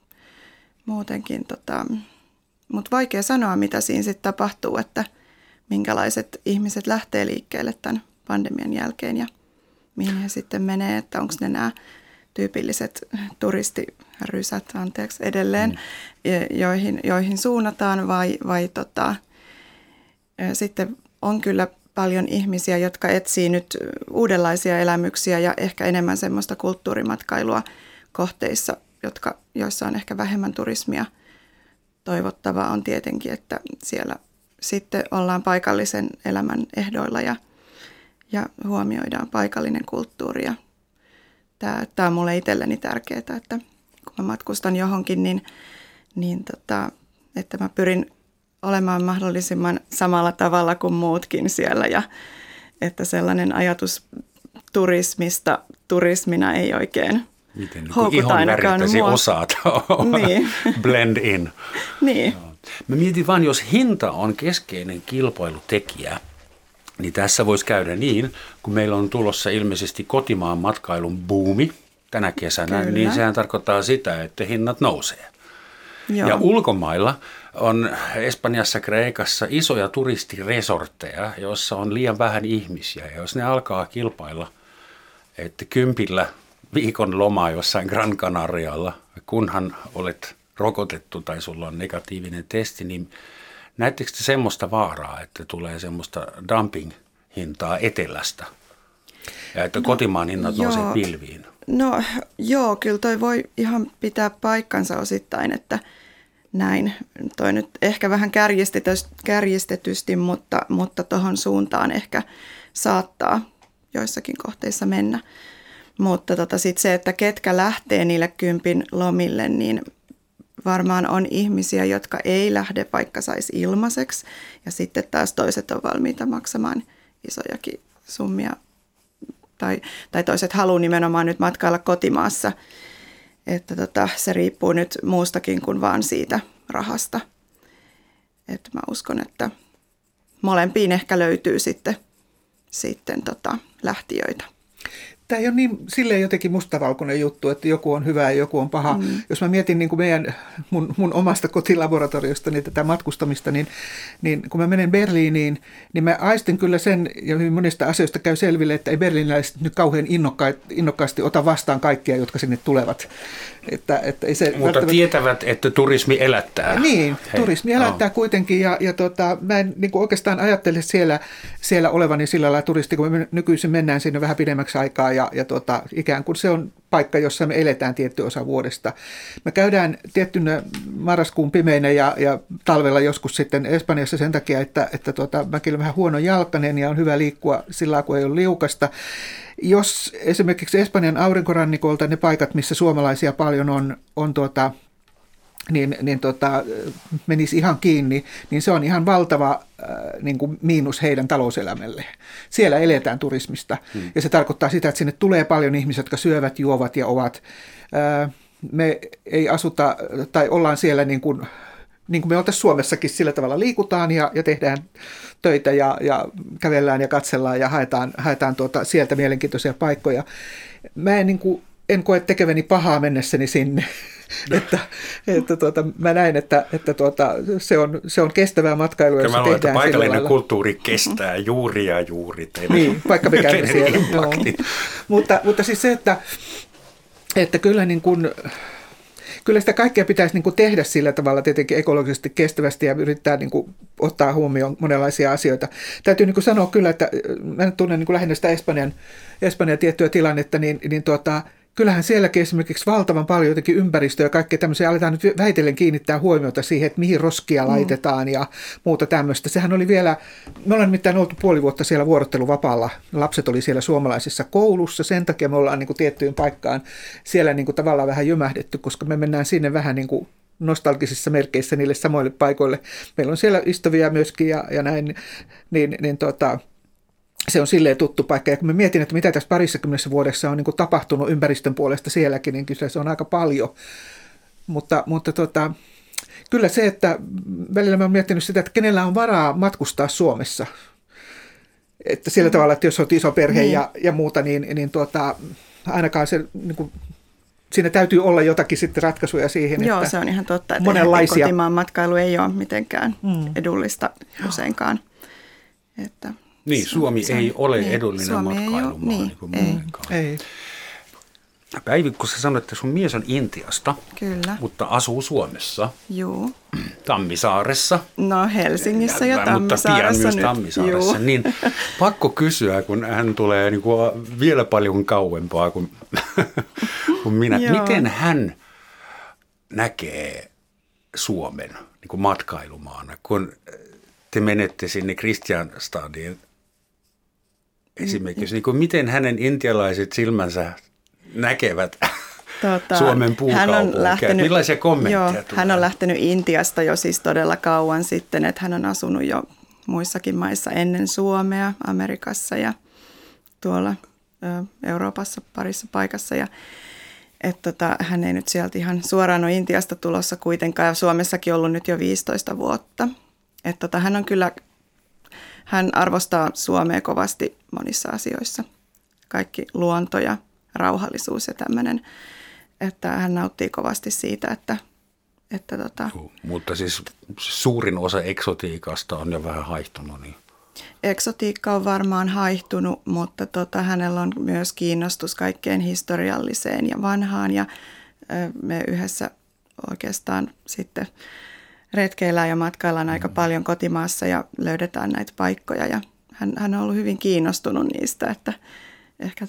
mutta vaikea sanoa, mitä siinä sitten tapahtuu, että minkälaiset ihmiset lähtee liikkeelle tämän pandemian jälkeen ja mihin he sitten menee, että onko ne nämä tyypilliset turistirysät, edelleen, joihin suunnataan vai sitten on kyllä paljon ihmisiä, jotka etsii nyt uudenlaisia elämyksiä ja ehkä enemmän semmoista kulttuurimatkailua kohteissa, joissa on ehkä vähemmän turismia. Toivottavaa on tietenkin, että siellä sitten ollaan paikallisen elämän ehdoilla ja huomioidaan paikallinen kulttuuri. Ja tämä on mulle itselleni tärkeää, että kun mä matkustan johonkin, että mä pyrin olemaan mahdollisimman samalla tavalla kuin muutkin siellä ja että sellainen ajatus turismista turismina ei oikein houkuta ainakaan mua. Osaat niin. blend in. Niin. Mä mietin vaan, jos hinta on keskeinen kilpailutekijä, niin tässä voisi käydä niin, kun meillä on tulossa ilmeisesti kotimaan matkailun buumi tänä kesänä, kyllä, niin sehän tarkoittaa sitä, että hinnat nousee. Joo. Ja ulkomailla on Espanjassa, Kreikassa isoja turistiresortteja, joissa on liian vähän ihmisiä. Ja jos ne alkaa kilpailla, että 10 viikon lomaa jossain Gran Canarialla, kunhan olet rokotettu tai sulla on negatiivinen testi, niin näettekö te semmoista vaaraa, että tulee semmoista dumping-hintaa etelästä ja että kotimaan hinnat nousee pilviin? No joo, kyllä toi voi ihan pitää paikkansa osittain, että näin. Toi nyt ehkä vähän kärjistetysti, mutta tohon suuntaan ehkä saattaa joissakin kohteissa mennä. Mutta sitten se, että ketkä lähtee niille 10 lomille, niin varmaan on ihmisiä, jotka ei lähde, vaikka saisi ilmaiseksi. Ja sitten taas toiset on valmiita maksamaan isojakin summia. Tai toiset haluaa nimenomaan nyt matkailla kotimaassa. Että se riippuu nyt muustakin kuin vaan siitä rahasta. Että mä uskon, että molempiin ehkä löytyy sitten lähtijöitä. Tämä ei ole niin silleen jotenkin mustavalkoinen juttu, että joku on hyvä ja joku on paha. Jos mä mietin niin kuin mun omasta kotilaboratoriostani tätä matkustamista, niin kun mä menen Berliiniin, niin mä aistin kyllä sen, ja hyvin monista asioista käy selville, että ei berliiniläiset nyt kauhean innokkaasti ota vastaan kaikkia, jotka sinne tulevat. Mutta tietävät, että turismi elättää. Niin, turismi elättää kuitenkin, ja mä en niin kuin oikeastaan ajattele siellä olevani sillä lailla turisti, kun me nykyisin mennään sinne vähän pidemmäksi aikaa, ja ikään kuin se on paikka, jossa me eletään tietty osa vuodesta. Me käydään tiettynä marraskuun pimeinä ja talvella joskus sitten Espanjassa sen takia, että mäkin olen vähän huonojalkainen ja on hyvä liikkua sillä kun ei ole liukasta. Jos esimerkiksi Espanjan aurinkorannikolta ne paikat, missä suomalaisia paljon on menisi ihan kiinni, niin se on ihan valtava niin kuin miinus heidän talouselämälle. Siellä eletään turismista ja se tarkoittaa sitä, että sinne tulee paljon ihmisiä, jotka syövät, juovat ja ovat me ei asuta tai ollaan siellä niin kuin me oltaisiin Suomessakin, sillä tavalla liikutaan ja tehdään töitä ja kävellään ja katsellaan ja haetaan sieltä mielenkiintoisia paikkoja. Mä en koe tekeväni pahaa mennessäni sinne. Mä näen, että se on kestävää matkailua, jossa tehdään sillä paikallinen kulttuuri kestää juuri ja juuri. Niin, vaikka me käymme siellä. Mutta siis se, että kyllä kyllä sitä kaikkea pitäisi tehdä sillä tavalla tietenkin ekologisesti kestävästi ja yrittää ottaa huomioon monenlaisia asioita. Täytyy sanoa kyllä, että mä nyt tunnen lähinnä sitä Espanjan tiettyä tilannetta, niin kyllähän sielläkin esimerkiksi valtavan paljon jotenkin ympäristöä ja kaikkea tämmöisiä aletaan nyt väitellen kiinnittää huomiota siihen, että mihin roskia laitetaan ja muuta tämmöistä. Sehän oli vielä, me ollaan nimittäin oltu puoli vuotta siellä vuorotteluvapaalla. Lapset oli siellä suomalaisessa koulussa, sen takia me ollaan tiettyyn paikkaan siellä tavallaan vähän jymähdetty, koska me mennään sinne vähän nostalgisissa merkeissä niille samoille paikoille. Meillä on siellä ystäviä myöskin ja näin, se on silleen tuttu paikka. Ja kun mä mietin, että mitä tässä 20 vuodessa on tapahtunut ympäristön puolesta sielläkin, niin kyllä se on aika paljon. Mutta kyllä se, että välillä mä oon miettinyt sitä, että kenellä on varaa matkustaa Suomessa. Että sillä tavalla, että jos on iso perhe ja muuta, niin ainakaan se siinä täytyy olla jotakin sitten ratkaisuja siihen. Joo, että se on ihan totta, että kotimaan matkailu ei ole mitenkään edullista useinkaan. Että niin, Suomi ei ole edullinen matkailumaa. Ei. Päivi, kun sä sanoit, että sun mies on Intiasta, kyllä, mutta asuu Suomessa, juu, Tammisaaressa. No Helsingissä ja Tammisaaressa. Mutta pian myös nyt. Tammisaaressa. Niin pakko kysyä, kun hän tulee vielä paljon kauempaa kuin minä. Miten hän näkee Suomen matkailumaana, kun te menette sinne Kristianstadiin esimerkiksi, miten hänen intialaiset silmänsä näkevät Suomen puukaupunkia? Millaisia kommentteja tulee? Hän on lähtenyt Intiasta jo siis todella kauan sitten, että hän on asunut jo muissakin maissa ennen Suomea, Amerikassa ja tuolla Euroopassa parissa paikassa. Ja, hän ei nyt sieltä ihan suoraan ole Intiasta tulossa kuitenkaan, ja Suomessakin ollut nyt jo 15 vuotta. Hän arvostaa Suomea kovasti monissa asioissa. Kaikki luonto ja rauhallisuus ja tämmöinen, että hän nauttii kovasti siitä, Mutta siis suurin osa eksotiikasta on jo vähän haihtunut. Niin. Eksotiikka on varmaan haihtunut, mutta hänellä on myös kiinnostus kaikkeen historialliseen ja vanhaan, ja me yhdessä oikeastaan sitten retkeillään ja matkaillaan aika paljon kotimaassa ja löydetään näitä paikkoja, ja hän on ollut hyvin kiinnostunut niistä, että ehkä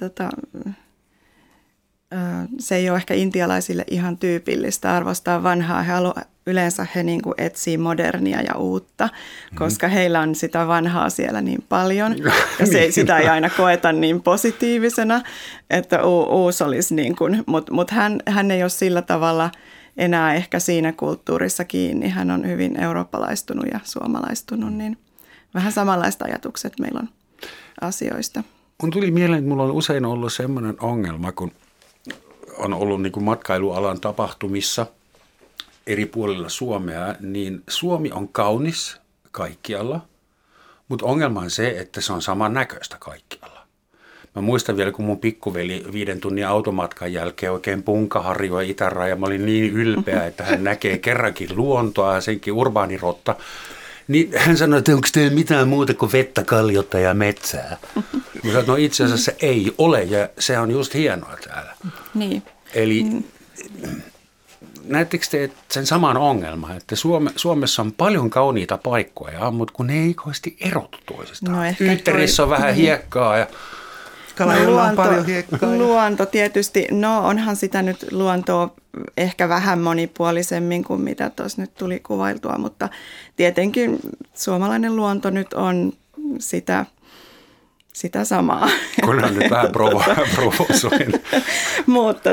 se ei ole ehkä intialaisille ihan tyypillistä arvostaa vanhaa. Yleensä he etsii modernia ja uutta, koska heillä on sitä vanhaa siellä niin paljon. Ja sitä ei aina koeta niin positiivisena, että uusi olisi mutta hän ei ole sillä tavalla enää ehkä siinä kulttuurissa kiinni. Hän on hyvin eurooppalaistunut ja suomalaistunut, niin vähän samanlaista ajatukset meillä on asioista. Mun tuli mieleen, että mulla on usein ollut sellainen ongelma, kun on ollut matkailualan tapahtumissa eri puolilla Suomea, niin Suomi on kaunis kaikkialla, mutta ongelma on se, että se on samannäköistä kaikkialla. Mä muistan vielä, kun mun pikkuveli 5 tunnin automatkan jälkeen oikein punkaharjoi itäraja. Mä olin niin ylpeä, että hän näkee kerrankin luontoa ja senkin urbaanirotta. Niin hän sanoi, että onko teillä mitään muuta kuin vettä, kalliota ja metsää? Mä sanoin, no itse asiassa ei ole, ja se on just hienoa täällä. Niin. Eli näettekö te sen saman ongelman, että Suomessa on paljon kauniita paikkoja, mutta kun ne ei koisesti erotu toisistaan. No Yyterissä on vähän hiekkaa ja Kalajoella on paljon hiekkaa. Luonto tietysti, onhan sitä nyt luontoa ehkä vähän monipuolisemmin kuin mitä tuossa nyt tuli kuvailtua, mutta tietenkin suomalainen luonto nyt on sitä samaa. Kunhan nyt vähän provosoin. Mutta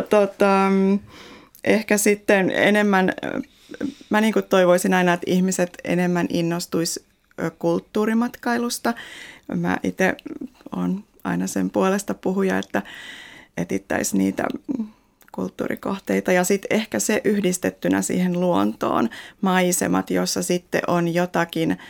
ehkä sitten enemmän, mä toivoisin aina, että ihmiset enemmän innostuisi kulttuurimatkailusta. Mä itse olen aina sen puolesta puhuja, että etsittäisiin niitä kulttuurikohteita. Ja sitten ehkä se yhdistettynä siihen luontoon, maisemat, jossa sitten on jotakin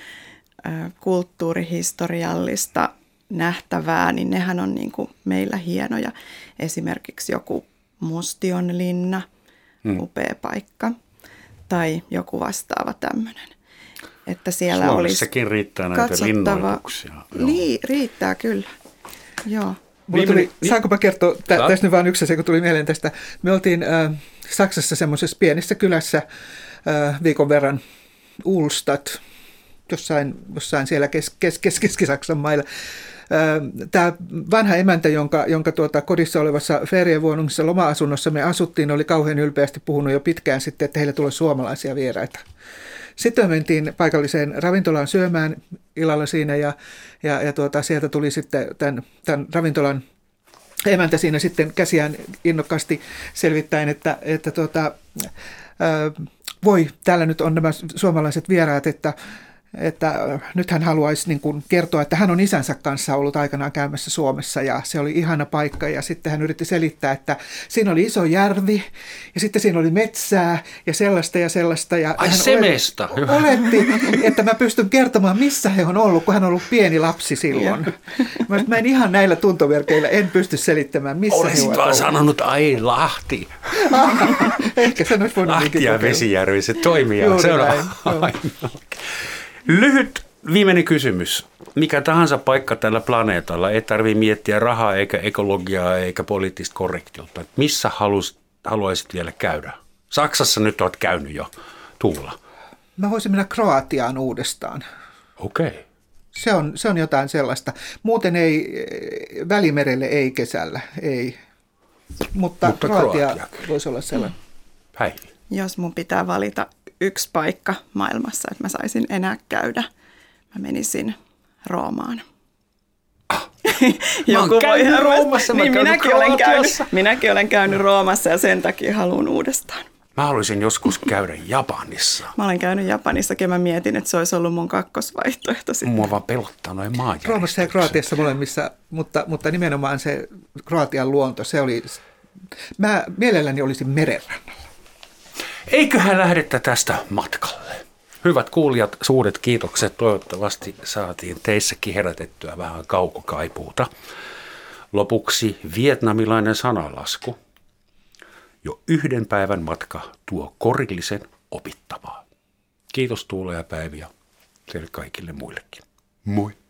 kulttuurihistoriallista nähtävää, niin nehän on niin kuin meillä hienoja. Esimerkiksi joku Mustionlinna, upea paikka, tai joku vastaava tämmöinen. Että siellä Suomessakin olisi riittää näitä linnoituksia. Niin, riittää kyllä. Joo. Saanko kertoa, tässä nyt vaan yksi asia, kun tuli mieleen tästä. Me oltiin Saksassa semmoisessa pienessä kylässä viikon verran, Ulstadt, jossain siellä Keski-Saksan mailla. Tämä vanha emäntä, jonka kodissa olevassa ferienvuonungissa loma-asunnossa me asuttiin, oli kauhean ylpeästi puhunut jo pitkään sitten, että heille tulee suomalaisia vieraita. Sitten me mentiin paikalliseen ravintolaan syömään illalla siinä ja sieltä tuli sitten tämän ravintolan emäntä siinä sitten käsiään innokkaasti selvittäen, että voi, täällä nyt on nämä suomalaiset vieraat, että nyt hän haluaisi niin kuin kertoa, että hän on isänsä kanssa ollut aikanaan käymässä Suomessa ja se oli ihana paikka ja sitten hän yritti selittää, että siinä oli iso järvi ja sitten siinä oli metsää ja sellaista ja sellaista. Ja ai hän semestä! Oletti, että mä pystyn kertomaan, missä he on ollut, kun hän on ollut pieni lapsi silloin. Mä en ihan näillä tuntomerkeillä, en pysty selittämään, missä he ovat olisit vaan sanonut, ai Lahti. Ehkä sen olisi voinut Lahti ja Vesijärvi, se toimii. Se on aina. Lyhyt viimeinen kysymys. Mikä tahansa paikka tällä planeetalla, ei tarvitse miettiä rahaa eikä ekologiaa eikä poliittista korrektiutta. Missä haluaisit vielä käydä? Saksassa nyt olet käynyt jo, Tuula. Mä voisin mennä Kroatiaan uudestaan. Okei. Se on jotain sellaista. Muuten ei, Välimerelle ei kesällä, ei. Mutta Kroatia voisi olla sellainen. Päivi. Jos mun pitää valita yksi paikka maailmassa, että mä saisin enää käydä, mä menisin Roomaan. Mä oon käynyt Roomassa, niin minäkin olen käynyt Roomassa ja sen takia haluan uudestaan. Mä haluaisin joskus käydä Japanissa. Mä olen käynyt Japanissakin ja mä mietin, että se olisi ollut mun kakkosvaihtoehto. Mua vaan pelottaa noin maanjärjestykset. Roomassa ja Kroatiassa molemmissa, mutta nimenomaan se Kroatian luonto, se oli, mä mielelläni olisin merenrannalla. Eiköhän lähdetä tästä matkalle. Hyvät kuulijat, suuret kiitokset. Toivottavasti saatiin teissäkin herätettyä vähän kaukokaipuuta. Lopuksi vietnamilainen sanalasku. Jo 1 päivän matka tuo korillisen opittavaa. Kiitos Tuula ja Päivi ja teille kaikille muillekin. Moi!